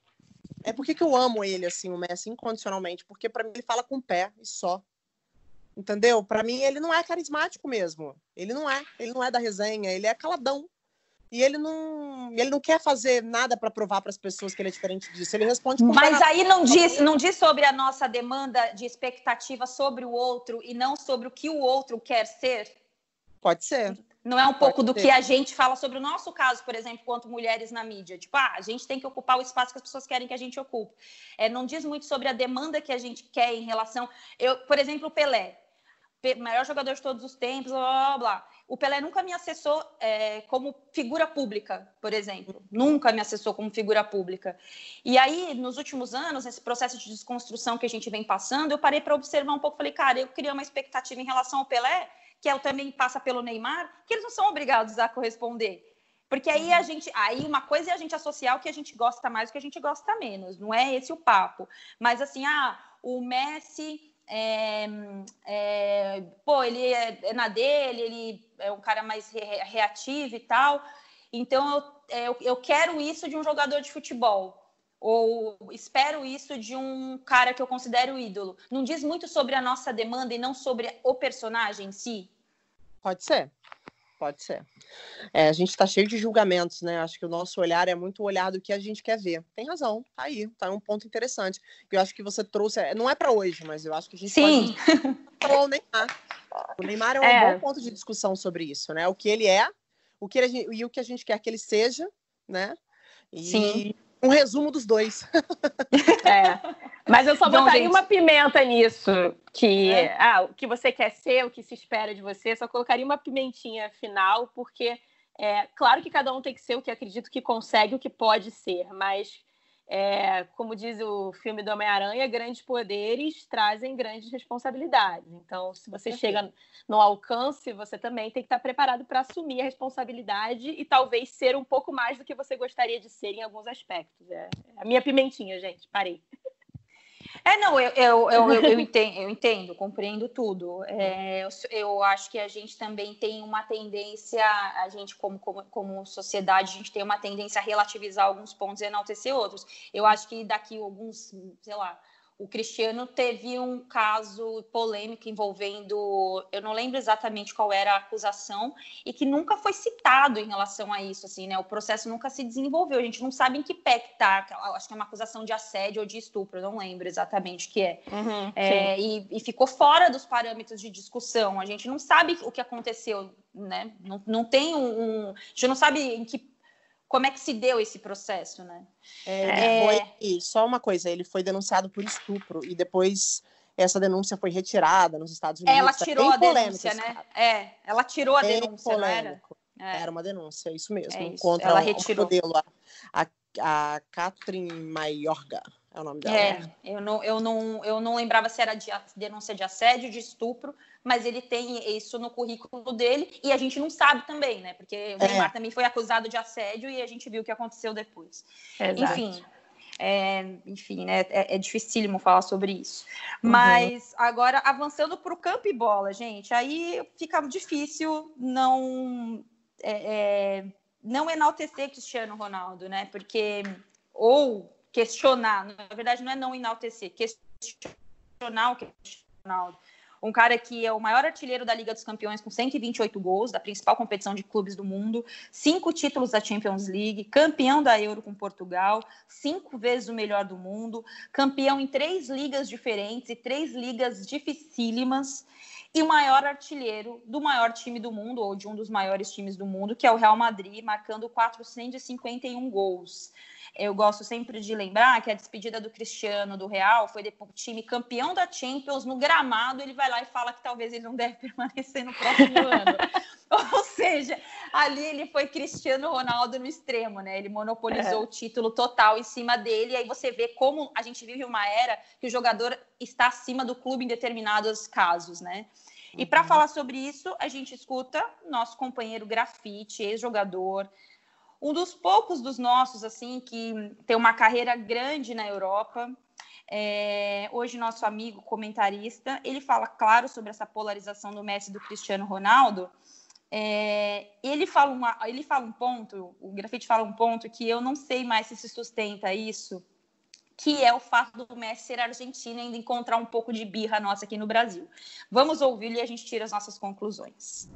Por que eu amo ele, assim, o Messi, incondicionalmente? Porque, pra mim, ele fala com o pé e só. entendeu? Para mim, ele não é carismático mesmo. Ele não é da resenha, ele é caladão. E ele não quer fazer nada para provar para as pessoas que ele é diferente disso. Ele responde com Mas aí não diz sobre a nossa demanda de expectativa sobre o outro e não sobre o que o outro quer ser? Pode ser. Não é um pouco do que a gente fala sobre o nosso caso, por exemplo, quanto mulheres na mídia? Tipo, a gente tem que ocupar o espaço que as pessoas querem que a gente ocupe. Não diz muito sobre a demanda que a gente quer em relação... Por exemplo, o Pelé. Maior jogador de todos os tempos, blá, blá, blá. O Pelé nunca me acessou como figura pública, por exemplo. Nunca me acessou como figura pública. E aí, nos últimos anos, nesse processo de desconstrução que a gente vem passando, eu parei para observar um pouco. Falei, cara, eu criei uma expectativa em relação ao Pelé, que também passa pelo Neymar, que eles não são obrigados a corresponder. Porque aí uma coisa é a gente associar o que a gente gosta mais e o que a gente gosta menos. Não é esse o papo. Mas assim, o Messi... ele é na dele, ele é um cara mais reativo e tal, então eu quero isso de um jogador de futebol, ou espero isso de um cara que eu considero ídolo. Não diz muito sobre a nossa demanda e não sobre o personagem em si? Pode ser. A gente está cheio de julgamentos, né? Acho que o nosso olhar é muito o olhar do que a gente quer ver. Tem razão, tá aí, tá um ponto interessante. Eu acho que você trouxe, não é para hoje, mas eu acho que a gente pode falar o Neymar. O Neymar é um bom ponto de discussão sobre isso, né? O que ele é, e o que a gente quer que ele seja, né? Sim. Um resumo dos dois. Mas eu só botaria uma pimenta nisso, o que você quer ser, o que se espera de você, só colocaria uma pimentinha final, porque claro que cada um tem que ser o que acredito que consegue, o que pode ser, mas como diz o filme do Homem-Aranha, grandes poderes trazem grandes responsabilidades. Então, se você chega no alcance, você também tem que estar preparado para assumir a responsabilidade e talvez ser um pouco mais do que você gostaria de ser em alguns aspectos. É a minha pimentinha, gente. Parei. Eu entendo, compreendo tudo. Eu acho que a gente também tem uma tendência, a gente como sociedade, a gente tem uma tendência a relativizar alguns pontos e enaltecer outros. Eu acho que daqui alguns, sei lá, o Cristiano teve um caso polêmico envolvendo, eu não lembro exatamente qual era a acusação, e que nunca foi citado em relação a isso, assim, né? O processo nunca se desenvolveu, a gente não sabe em que pé que tá, acho que é uma acusação de assédio ou de estupro, eu não lembro exatamente o que é. E ficou fora dos parâmetros de discussão, a gente não sabe o que aconteceu, né? Não tem a gente não sabe como é que se deu esse processo, né? Só uma coisa, ele foi denunciado por estupro e depois essa denúncia foi retirada nos Estados Unidos. Ela tirou a denúncia, né? Ela tirou a denúncia, não era? Era uma denúncia, isso mesmo. Contra ela retirou. O modelo, a Catherine Mayorga. É o nome dela. Eu não lembrava se era de denúncia de assédio, de estupro, mas ele tem isso no currículo dele e a gente não sabe também, né? Porque o Neymar também foi acusado de assédio e a gente viu o que aconteceu depois. Exato. Enfim, né? É dificílimo falar sobre isso. Mas agora, avançando para o campo e bola, gente, aí fica difícil não enaltecer Cristiano Ronaldo, né? Porque questionar, na verdade não enaltecer, questionar o Cristiano Ronaldo. Um cara que é o maior artilheiro da Liga dos Campeões com 128 gols, da principal competição de clubes do mundo, 5 títulos da Champions League, campeão da Euro com Portugal, 5 vezes o melhor do mundo, campeão em 3 ligas diferentes e 3 ligas dificílimas, e o maior artilheiro do maior time do mundo, ou de um dos maiores times do mundo, que é o Real Madrid, marcando 451 gols. Eu gosto sempre de lembrar que a despedida do Cristiano do Real foi o time campeão da Champions, no gramado ele vai lá e fala que talvez ele não deve permanecer no próximo ano. Ou seja, ali ele foi Cristiano Ronaldo no extremo, né? Ele monopolizou o título total em cima dele, e aí você vê como a gente vive uma era que o jogador está acima do clube em determinados casos, né? E para falar sobre isso, a gente escuta nosso companheiro Grafite, ex-jogador, um dos poucos dos nossos, assim, que tem uma carreira grande na Europa. Hoje, nosso amigo comentarista, ele fala, claro, sobre essa polarização do Messi e do Cristiano Ronaldo. Ele fala um ponto, o Grafite fala um ponto que eu não sei mais se sustenta isso, que é o fato do Messi ser argentino e ainda encontrar um pouco de birra nossa aqui no Brasil. Vamos ouvi-lo e a gente tira as nossas conclusões.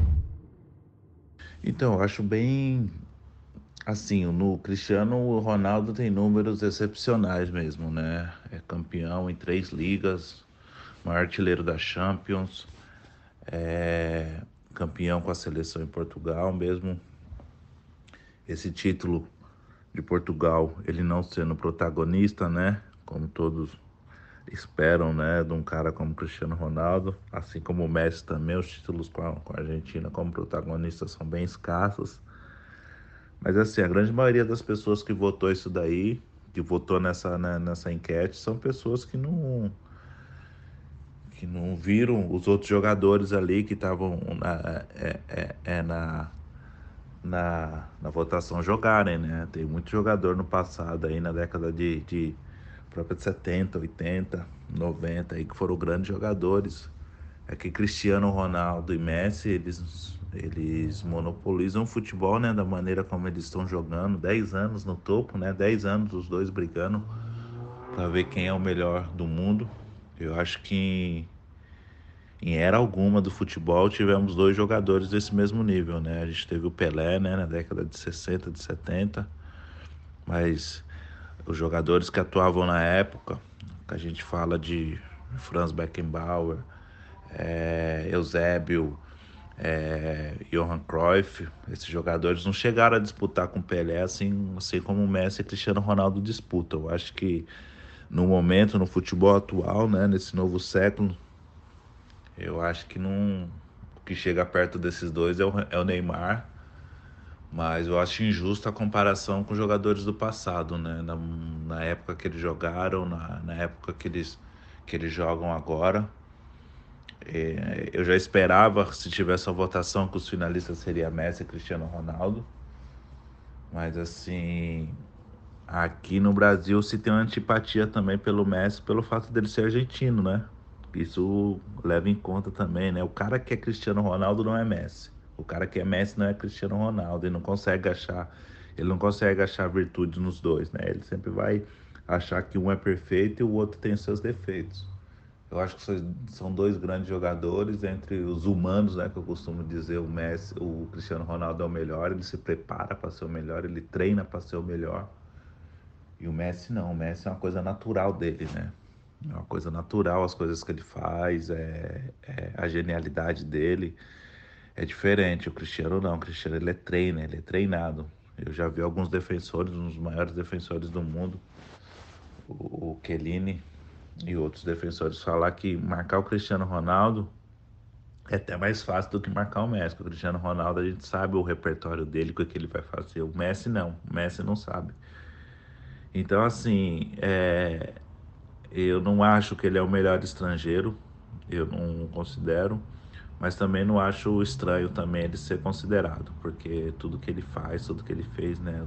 Então, eu acho bem... Assim, no Cristiano Ronaldo tem números excepcionais mesmo, né? É campeão em 3 ligas, maior artilheiro da Champions, é campeão com a seleção em Portugal mesmo. Esse título de Portugal, ele não sendo protagonista, né? Como todos esperam, né? De um cara como Cristiano Ronaldo. Assim como o Messi também, os títulos com a Argentina como protagonista são bem escassos. Mas assim, a grande maioria das pessoas que votou isso daí, que votou nessa enquete, são pessoas que não viram os outros jogadores ali que estavam na votação jogarem, né? Tem muito jogador no passado aí, na década de própria de 70, 80, 90, aí, que foram grandes jogadores. É que Cristiano Ronaldo e Messi, eles monopolizam o futebol, né, da maneira como eles estão jogando, 10 anos no topo, né, 10 anos os dois brigando para ver quem é o melhor do mundo. Eu acho que em era alguma do futebol tivemos 2 jogadores desse mesmo nível, né, a gente teve o Pelé, né, na década de 60, de 70, mas os jogadores que atuavam na época, que a gente fala de Franz Beckenbauer, Eusébio, Johan Cruyff, esses jogadores não chegaram a disputar com o Pelé assim como o Messi e Cristiano Ronaldo disputam. Eu acho que no momento, no futebol atual, né, nesse novo século, eu acho que não, o que chega perto desses dois é o Neymar, mas eu acho injusta a comparação com os jogadores do passado, né, na época que eles jogaram, na época que eles jogam agora. Eu já esperava, se tivesse a votação, que os finalistas seriam Messi e Cristiano Ronaldo. Mas assim, aqui no Brasil se tem uma antipatia também pelo Messi, pelo fato dele ser argentino, né? Isso leva em conta também, né? O cara que é Cristiano Ronaldo não é Messi. O cara que é Messi não é Cristiano Ronaldo. Ele não consegue achar virtude nos dois, né? Ele sempre vai achar que um é perfeito e o outro tem os seus defeitos. Eu acho que são 2 grandes jogadores entre os humanos, né, que eu costumo dizer. O Cristiano Ronaldo é o melhor, ele se prepara para ser o melhor, ele treina para ser o melhor. E o Messi não, o Messi é uma coisa natural dele, né? É uma coisa natural, as coisas que ele faz, a genialidade dele é diferente. O Cristiano não, o Cristiano ele é treinado. Eu já vi alguns defensores, um dos maiores defensores do mundo, o Chiellini, e outros defensores falar que marcar o Cristiano Ronaldo é até mais fácil do que marcar o Messi. O Cristiano Ronaldo, a gente sabe o repertório dele, o que ele vai fazer. O Messi não sabe. Então, assim, eu não acho que ele é o melhor estrangeiro, eu não considero, mas também não acho estranho também ele ser considerado, porque tudo que ele faz, tudo que ele fez, né,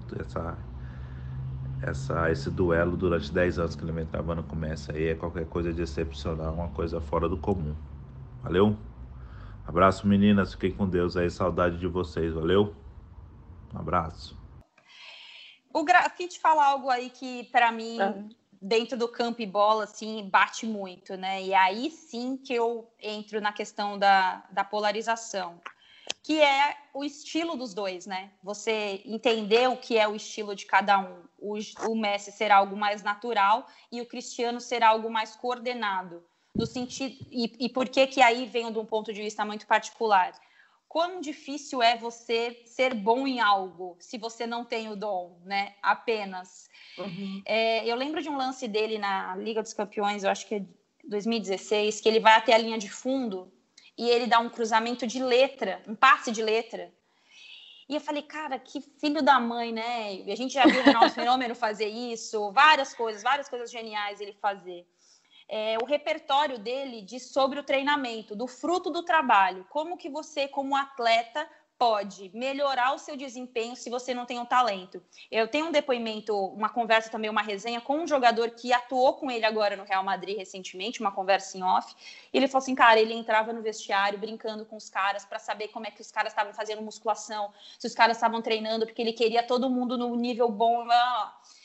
esse duelo durante 10 anos que ele vem travando com o Messi aí é qualquer coisa de excepcional, uma coisa fora do comum. Valeu? Abraço, meninas. Fiquem com Deus aí. Saudade de vocês. Valeu? Um abraço. O Grafite fala algo aí que, para mim, dentro do campo e bola, assim, bate muito, né? E aí sim que eu entro na questão da polarização, que é o estilo dos dois, né? Você entender o que é o estilo de cada um. O Messi ser algo mais natural e o Cristiano ser algo mais coordenado. No sentido, e por que aí vem de um ponto de vista muito particular? Quão difícil é você ser bom em algo se você não tem o dom, né? Apenas. Uhum. Eu lembro de um lance dele na Liga dos Campeões, eu acho que é 2016, que ele vai até a linha de fundo e ele dá um cruzamento de letra, um passe de letra. E eu falei, cara, que filho da mãe, né? E a gente já viu o Ronaldo Fenômeno fazer isso, várias coisas geniais ele fazer. O repertório dele diz sobre o treinamento, do fruto do trabalho. Como que você, como atleta, pode melhorar o seu desempenho se você não tem um talento? Eu tenho um depoimento, uma conversa também, uma resenha com um jogador que atuou com ele agora no Real Madrid recentemente, uma conversa em off. E ele falou assim, cara, ele entrava no vestiário brincando com os caras para saber como é que os caras estavam fazendo musculação, se os caras estavam treinando, porque ele queria todo mundo no nível bom.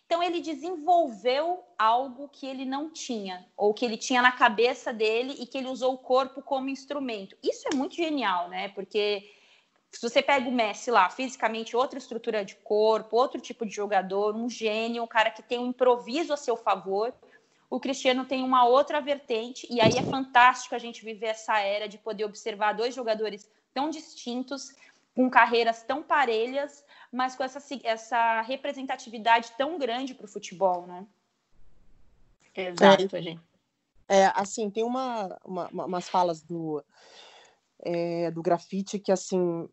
Então, ele desenvolveu algo que ele não tinha, ou que ele tinha na cabeça dele e que ele usou o corpo como instrumento. Isso é muito genial, né? Porque se você pega o Messi lá, fisicamente, outra estrutura de corpo, outro tipo de jogador, um gênio, um cara que tem um improviso a seu favor, o Cristiano tem uma outra vertente, e aí é fantástico a gente viver essa era de poder observar dois jogadores tão distintos, com carreiras tão parelhas, mas com essa representatividade tão grande para o futebol, né? Exato, gente. Assim, tem umas falas do Grafite que, assim,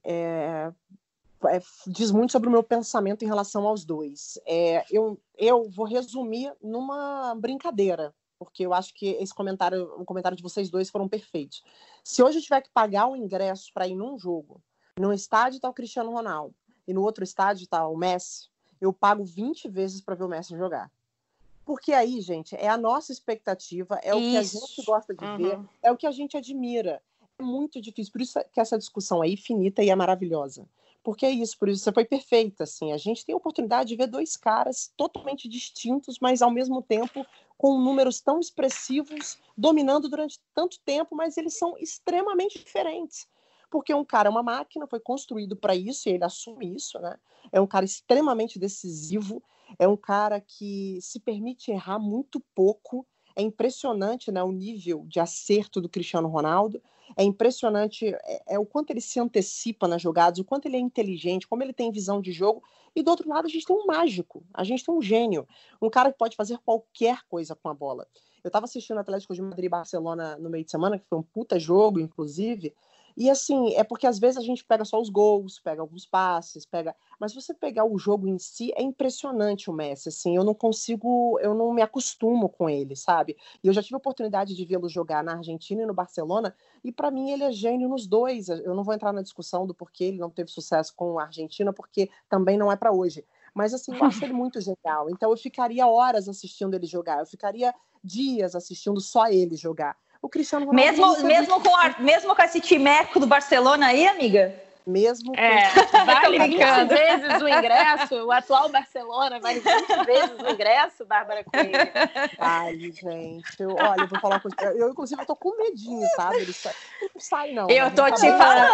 diz muito sobre o meu pensamento em relação aos dois. Eu vou resumir numa brincadeira, porque eu acho que o comentário de vocês dois foram perfeitos. Se hoje eu tiver que pagar o ingresso para ir num jogo, num estádio está o Cristiano Ronaldo e no outro estádio está o Messi, eu pago 20 vezes para ver o Messi jogar. Porque aí, gente, é a nossa expectativa, é o que a gente gosta de ver, é o que a gente admira. É muito difícil, por isso que essa discussão é infinita e é maravilhosa. Porque é isso, por isso você foi perfeita, assim. A gente tem a oportunidade de ver dois caras totalmente distintos, mas ao mesmo tempo com números tão expressivos, dominando durante tanto tempo, mas eles são extremamente diferentes. Porque um cara é uma máquina, foi construído para isso, e ele assume isso, né? É um cara extremamente decisivo, é um cara que se permite errar muito pouco. É impressionante, né, o nível de acerto do Cristiano Ronaldo. É impressionante o quanto ele se antecipa nas jogadas, o quanto ele é inteligente, como ele tem visão de jogo. E do outro lado a gente tem um mágico, a gente tem um gênio, um cara que pode fazer qualquer coisa com a bola. Eu estava assistindo o Atlético de Madrid e Barcelona no meio de semana, que foi um puta jogo, inclusive. E assim, é porque às vezes a gente pega só os gols, pega alguns passes, mas se você pegar o jogo em si, é impressionante o Messi, assim, eu não me acostumo com ele, sabe? E eu já tive a oportunidade de vê-lo jogar na Argentina e no Barcelona, e para mim ele é gênio nos dois. Eu não vou entrar na discussão do porquê ele não teve sucesso com a Argentina, porque também não é para hoje. Mas assim, eu acho ele muito genial. Então eu ficaria horas assistindo ele jogar, eu ficaria dias assistindo só ele jogar. O Cristiano Ronaldo mesmo com esse timeco do Barcelona aí, amiga? Mesmo vale 20 vezes o ingresso, o atual Barcelona vale 20 vezes o ingresso, Bárbara Coelho. Vale, gente. Olha, eu vou falar com você. Eu tô com medinho, sabe? Ele não sai, não. Eu tô te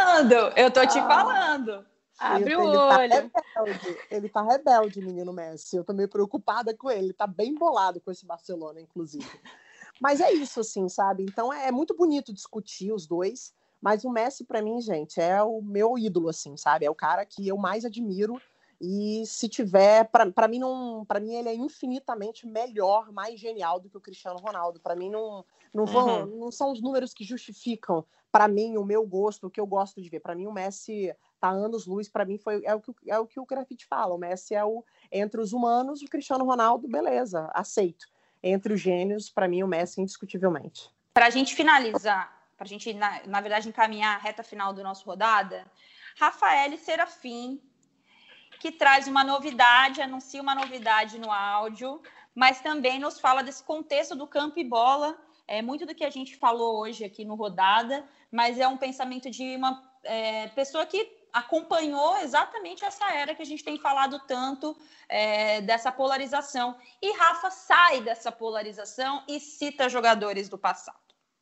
falando. Abre o olho. Ele tá rebelde, menino Messi. Eu tô meio preocupada com ele. Ele tá bem bolado com esse Barcelona, inclusive. Mas é isso, assim, sabe? Então é muito bonito discutir os dois, mas o Messi, pra mim, gente, é o meu ídolo, assim, sabe? É o cara que eu mais admiro, e se tiver... Pra mim, ele é infinitamente melhor, mais genial do que o Cristiano Ronaldo. Pra mim, não são os números que justificam, pra mim, o meu gosto, o que eu gosto de ver. Pra mim, o Messi tá anos-luz, pra mim, é o que o Grafite fala. O Messi entre os humanos, o Cristiano Ronaldo, beleza, aceito. Entre os gênios, para mim, o Messi, indiscutivelmente. Para a gente finalizar, para a gente, na verdade, encaminhar a reta final do nosso rodada, Rafael Serafim, que traz uma novidade, anuncia uma novidade no áudio, mas também nos fala desse contexto do campo e bola, muito do que a gente falou hoje aqui no Rodada, mas é um pensamento de uma pessoa que acompanhou exatamente essa era que a gente tem falado tanto, dessa polarização. E Rafa sai dessa polarização e cita jogadores do passado.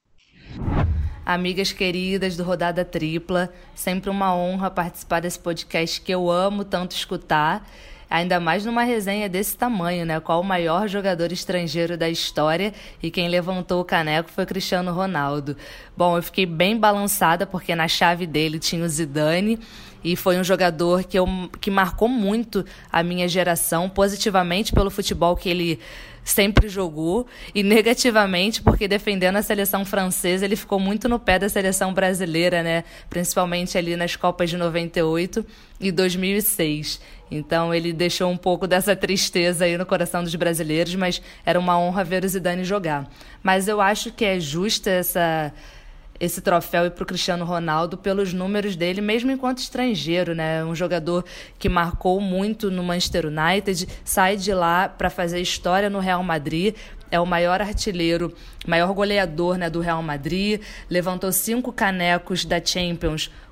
Amigas queridas do Rodada Tripla, sempre uma honra participar desse podcast que eu amo tanto escutar, ainda mais numa resenha desse tamanho, né? Qual o maior jogador estrangeiro da história, e quem levantou o caneco foi Cristiano Ronaldo. Bom, eu fiquei bem balançada porque na chave dele tinha o Zidane, e foi um jogador que marcou muito a minha geração, positivamente pelo futebol que ele sempre jogou, e negativamente porque, defendendo a seleção francesa, ele ficou muito no pé da seleção brasileira, né? Principalmente ali nas Copas de 98 e 2006. Então ele deixou um pouco dessa tristeza aí no coração dos brasileiros, mas era uma honra ver o Zidane jogar. Mas eu acho que é justa esse troféu ir para o Cristiano Ronaldo pelos números dele, mesmo enquanto estrangeiro, né? Um jogador que marcou muito no Manchester United, sai de lá para fazer história no Real Madrid, é o maior artilheiro, maior goleador, né, do Real Madrid, levantou 5 canecos da Champions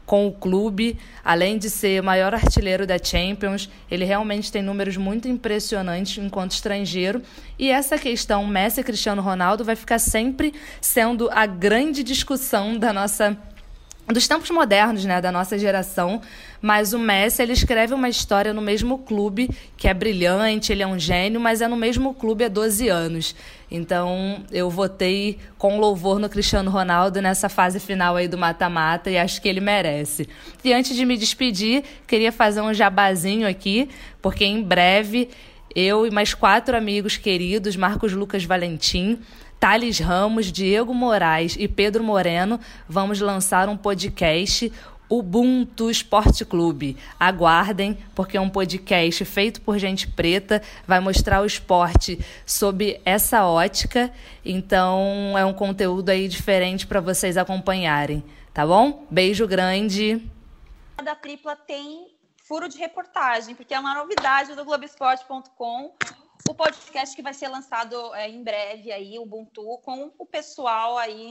com o clube. Além de ser o maior artilheiro da Champions, ele realmente tem números muito impressionantes enquanto estrangeiro. E essa questão Messi e Cristiano Ronaldo vai ficar sempre sendo a grande discussão dos tempos modernos, né, da nossa geração. Mas o Messi, ele escreve uma história no mesmo clube, que é brilhante, ele é um gênio, mas é no mesmo clube há 12 anos. Então, eu votei com louvor no Cristiano Ronaldo nessa fase final aí do mata-mata e acho que ele merece. E antes de me despedir, queria fazer um jabazinho aqui, porque em breve eu e mais 4 amigos queridos, Marcos Lucas Valentim, Thales Ramos, Diego Moraes e Pedro Moreno, vamos lançar um podcast, Ubuntu Esporte Clube. Aguardem, porque é um podcast feito por gente preta, vai mostrar o esporte sob essa ótica, então é um conteúdo aí diferente para vocês acompanharem, tá bom? Beijo grande. Da Tripla tem furo de reportagem, porque é uma novidade do Globoesporte.com. O podcast que vai ser lançado em breve aí, o Ubuntu, com o pessoal aí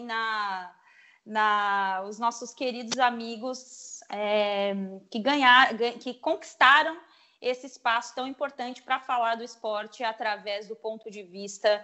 os nossos queridos amigos que conquistaram esse espaço tão importante para falar do esporte através do ponto de vista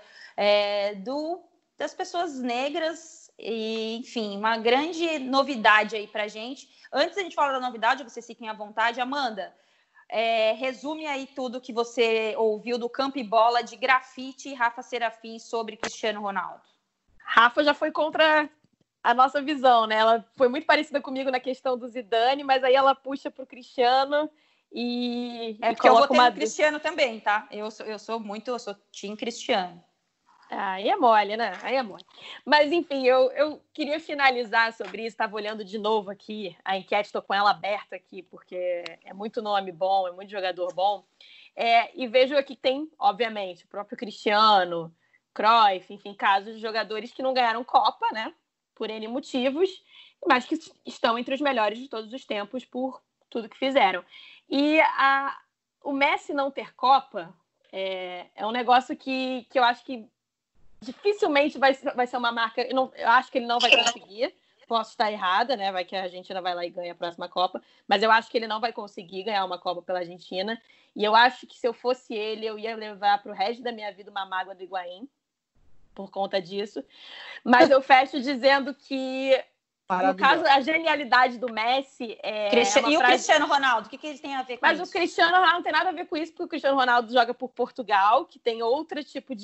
das pessoas negras. E, enfim, uma grande novidade aí para a gente. Antes da gente falar da novidade, vocês fiquem à vontade. Amanda, resume aí tudo que você ouviu do Campo e Bola de Grafite e Rafa Serafim sobre Cristiano Ronaldo. Rafa já foi contra a nossa visão, né? Ela foi muito parecida comigo na questão do Zidane, mas aí ela puxa para o Cristiano e porque eu votei no Cristiano também, tá? Eu sou time Cristiano. Aí é mole, né? Aí é mole. Mas, enfim, eu queria finalizar sobre isso. Estava olhando de novo aqui. A enquete, estou com ela aberta aqui, porque é muito nome bom, é muito jogador bom. E vejo aqui que tem, obviamente, o próprio Cristiano, Cruyff, enfim, casos de jogadores que não ganharam Copa, né? Por N motivos, mas que estão entre os melhores de todos os tempos por tudo que fizeram. E o Messi não ter Copa é um negócio que eu acho que dificilmente vai ser uma marca. Eu acho que ele não vai conseguir. Posso estar errada, né? Vai que a Argentina vai lá e ganha a próxima Copa. Mas eu acho que ele não vai conseguir ganhar uma Copa pela Argentina. E eu acho que se eu fosse ele, eu ia levar para o resto da minha vida uma mágoa do Higuaín por conta disso. Mas eu fecho dizendo que, no caso, a genialidade do Messi E o Cristiano Ronaldo? O que ele tem a ver com isso? Mas o Cristiano Ronaldo não tem nada a ver com isso, porque o Cristiano Ronaldo joga por Portugal, que tem outro tipo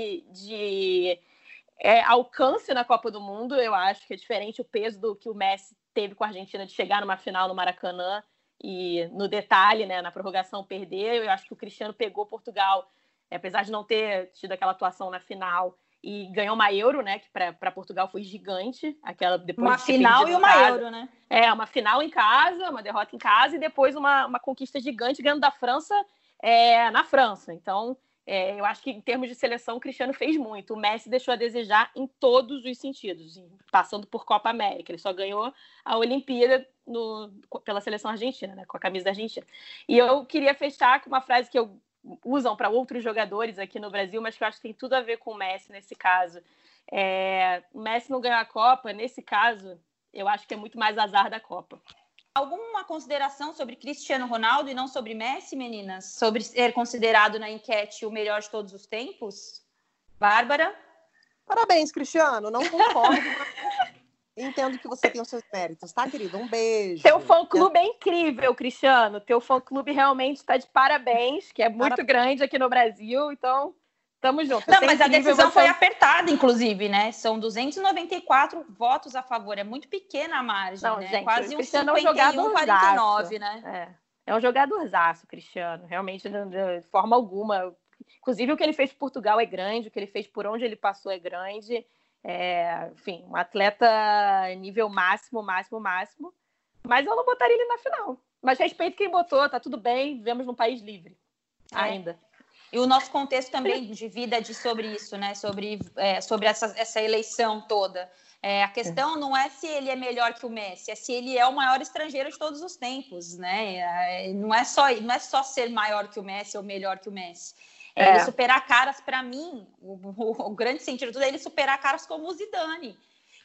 de alcance na Copa do Mundo. Eu acho que é diferente o peso do que o Messi teve com a Argentina de chegar numa final no Maracanã e, no detalhe, né, na prorrogação, perder. Eu acho que o Cristiano pegou Portugal, apesar de não ter tido aquela atuação na final, e ganhou uma Euro, né? Que para Portugal foi gigante. Depois uma final e uma Euro, né? Uma final em casa, uma derrota em casa e depois uma conquista gigante ganhando da França na França. Então, eu acho que em termos de seleção o Cristiano fez muito. O Messi deixou a desejar em todos os sentidos, passando por Copa América. Ele só ganhou a Olimpíada pela seleção argentina, né? Com a camisa da Argentina. E eu queria fechar com uma frase que usam para outros jogadores aqui no Brasil, mas que eu acho que tem tudo a ver com o Messi nesse caso. O Messi não ganhou a Copa, nesse caso, eu acho que é muito mais azar da Copa. Alguma consideração sobre Cristiano Ronaldo e não sobre Messi, meninas? Sobre ser considerado na enquete o melhor de todos os tempos? Bárbara? Parabéns, Cristiano. Não concordo, mas entendo que você tem os seus méritos, tá, querido? Um beijo. Teu fã-clube é incrível, Cristiano. Teu fã-clube realmente está de parabéns, que é muito grande aqui no Brasil, então tamo junto. Não, mas a decisão foi apertada, inclusive, né? São 294 votos a favor, é muito pequena a margem, né? Gente, quase um 51-49, né? É um jogadorzaço, Cristiano, realmente, de forma alguma. Inclusive, o que ele fez por Portugal é grande, o que ele fez por onde ele passou é grande. Enfim, um atleta nível máximo, mas eu não botaria ele na final. Mas respeito quem botou, tá tudo bem, vivemos num país livre ainda. E o nosso contexto também de vida sobre isso, né? Sobre essa eleição toda. A questão não é se ele é melhor que o Messi, é se ele é o maior estrangeiro de todos os tempos, né? Não é só ser maior que o Messi ou melhor que o Messi. Ele superar caras, para mim, o grande sentido de tudo é ele superar caras como o Zidane,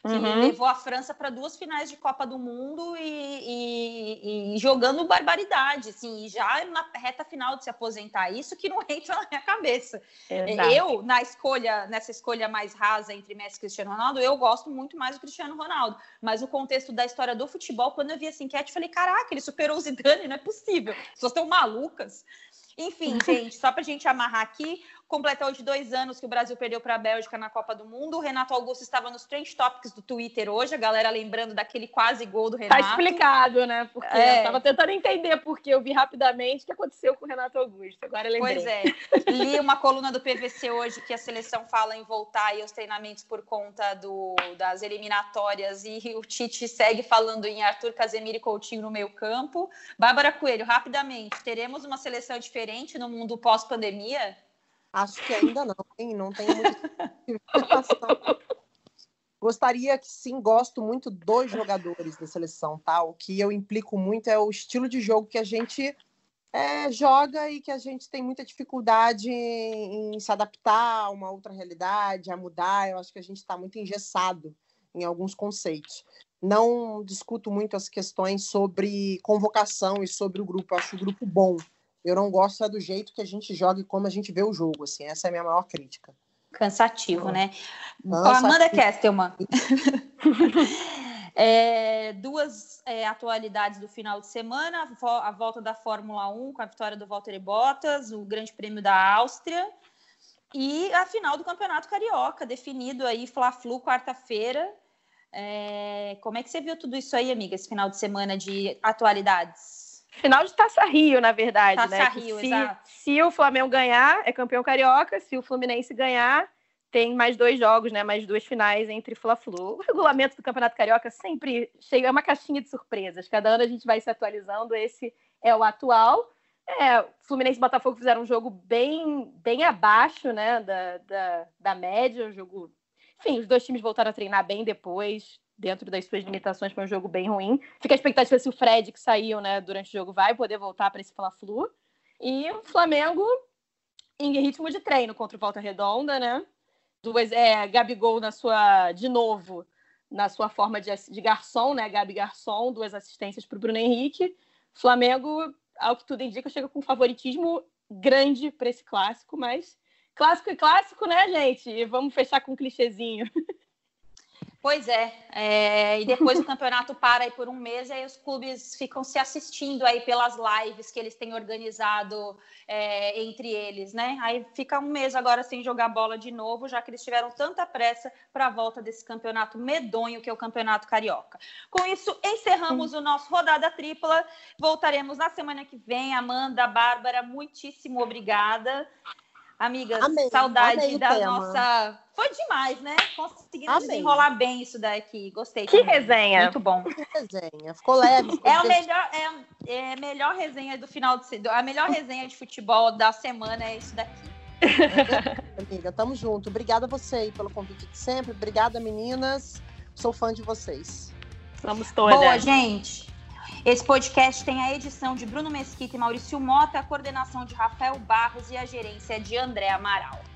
que levou a França para 2 finais de Copa do Mundo e jogando barbaridade, assim, e já na reta final de se aposentar. Isso que não entra na minha cabeça. Exato. Eu, nessa escolha mais rasa entre Messi e Cristiano Ronaldo, eu gosto muito mais do Cristiano Ronaldo. Mas no contexto da história do futebol, quando eu vi essa enquete, eu falei, caraca, ele superou o Zidane, não é possível. As pessoas estão malucas. Enfim, gente, só pra gente amarrar aqui, completa hoje 2 anos que o Brasil perdeu para a Bélgica na Copa do Mundo. O Renato Augusto estava nos Trend Topics do Twitter hoje, a galera lembrando daquele quase gol do Renato. Tá explicado, né? Porque eu tava tentando entender, porque eu vi rapidamente o que aconteceu com o Renato Augusto. Agora eu lembrei. Pois é. Li uma coluna do PVC hoje que a seleção fala em voltar aí aos treinamentos por conta das eliminatórias e o Tite segue falando em Arthur, Casemiro e Coutinho no meio campo. Bárbara Coelho, rapidamente, teremos uma seleção diferente no mundo pós-pandemia? Acho que ainda não, hein? Não tem muita Gostaria que sim, gosto muito dos jogadores da seleção, tá? O que eu implico muito é o estilo de jogo que a gente joga e que a gente tem muita dificuldade em se adaptar a uma outra realidade, a mudar. Eu acho que a gente está muito engessado em alguns conceitos. Não discuto muito as questões sobre convocação e sobre o grupo. Eu acho o grupo bom. Eu não gosto do jeito que a gente joga e como a gente vê o jogo, assim. Essa é a minha maior crítica. Cansativo, né? Amanda Kestelman. 2 atualidades do final de semana. A volta da Fórmula 1 com a vitória do Valtteri Bottas, o Grande Prêmio da Áustria e a final do Campeonato Carioca, definido aí, Fla-Flu, quarta-feira. Como é que você viu tudo isso aí, amiga, esse final de semana de atualidades? Final de Taça Rio, na verdade, Taça né? Rio, exato. Se o Flamengo ganhar, é campeão carioca. Se o Fluminense ganhar, tem mais 2 jogos, né? Mais 2 finais entre Fla-Flu. O regulamento do Campeonato Carioca sempre chega, é uma caixinha de surpresas. Cada ano a gente vai se atualizando. Esse é o atual. Fluminense e Botafogo fizeram um jogo bem abaixo, né? Da média. Um jogo... Enfim, os 2 times voltaram a treinar bem depois. Dentro das suas limitações, foi um jogo bem ruim. Fica a expectativa se o Fred, que saiu, né, durante o jogo, vai poder voltar para esse Fla-Flu. E o Flamengo em ritmo de treino contra o Volta Redonda, né? Gabigol de novo, na sua forma de garçom, né? Gabi Garçom, 2 assistências para o Bruno Henrique. Flamengo, ao que tudo indica, chega com um favoritismo grande para esse clássico, mas clássico é clássico, né, gente? E vamos fechar com um clichêzinho. Pois e depois o campeonato para aí por um mês e aí os clubes ficam se assistindo aí pelas lives que eles têm organizado entre eles, né? Aí fica um mês agora sem jogar bola de novo, já que eles tiveram tanta pressa para a volta desse campeonato medonho que é o Campeonato Carioca. Com isso, encerramos o nosso Rodada Tripla. Voltaremos na semana que vem. Amanda, Bárbara, muitíssimo obrigada. Amigas, saudade da nossa... Foi demais, né? Conseguimos desenrolar bem isso daqui. Gostei. Que também. Resenha. Muito bom. Que resenha. Ficou leve. A melhor resenha do final de... A melhor resenha de futebol da semana é isso daqui. Amiga, tamo junto. Obrigada a você aí pelo convite de sempre. Obrigada, meninas. Sou fã de vocês. Somos todas. Boa, gente. Esse podcast tem a edição de Bruno Mesquita e Maurício Mota, a coordenação de Rafael Barros e a gerência de André Amaral.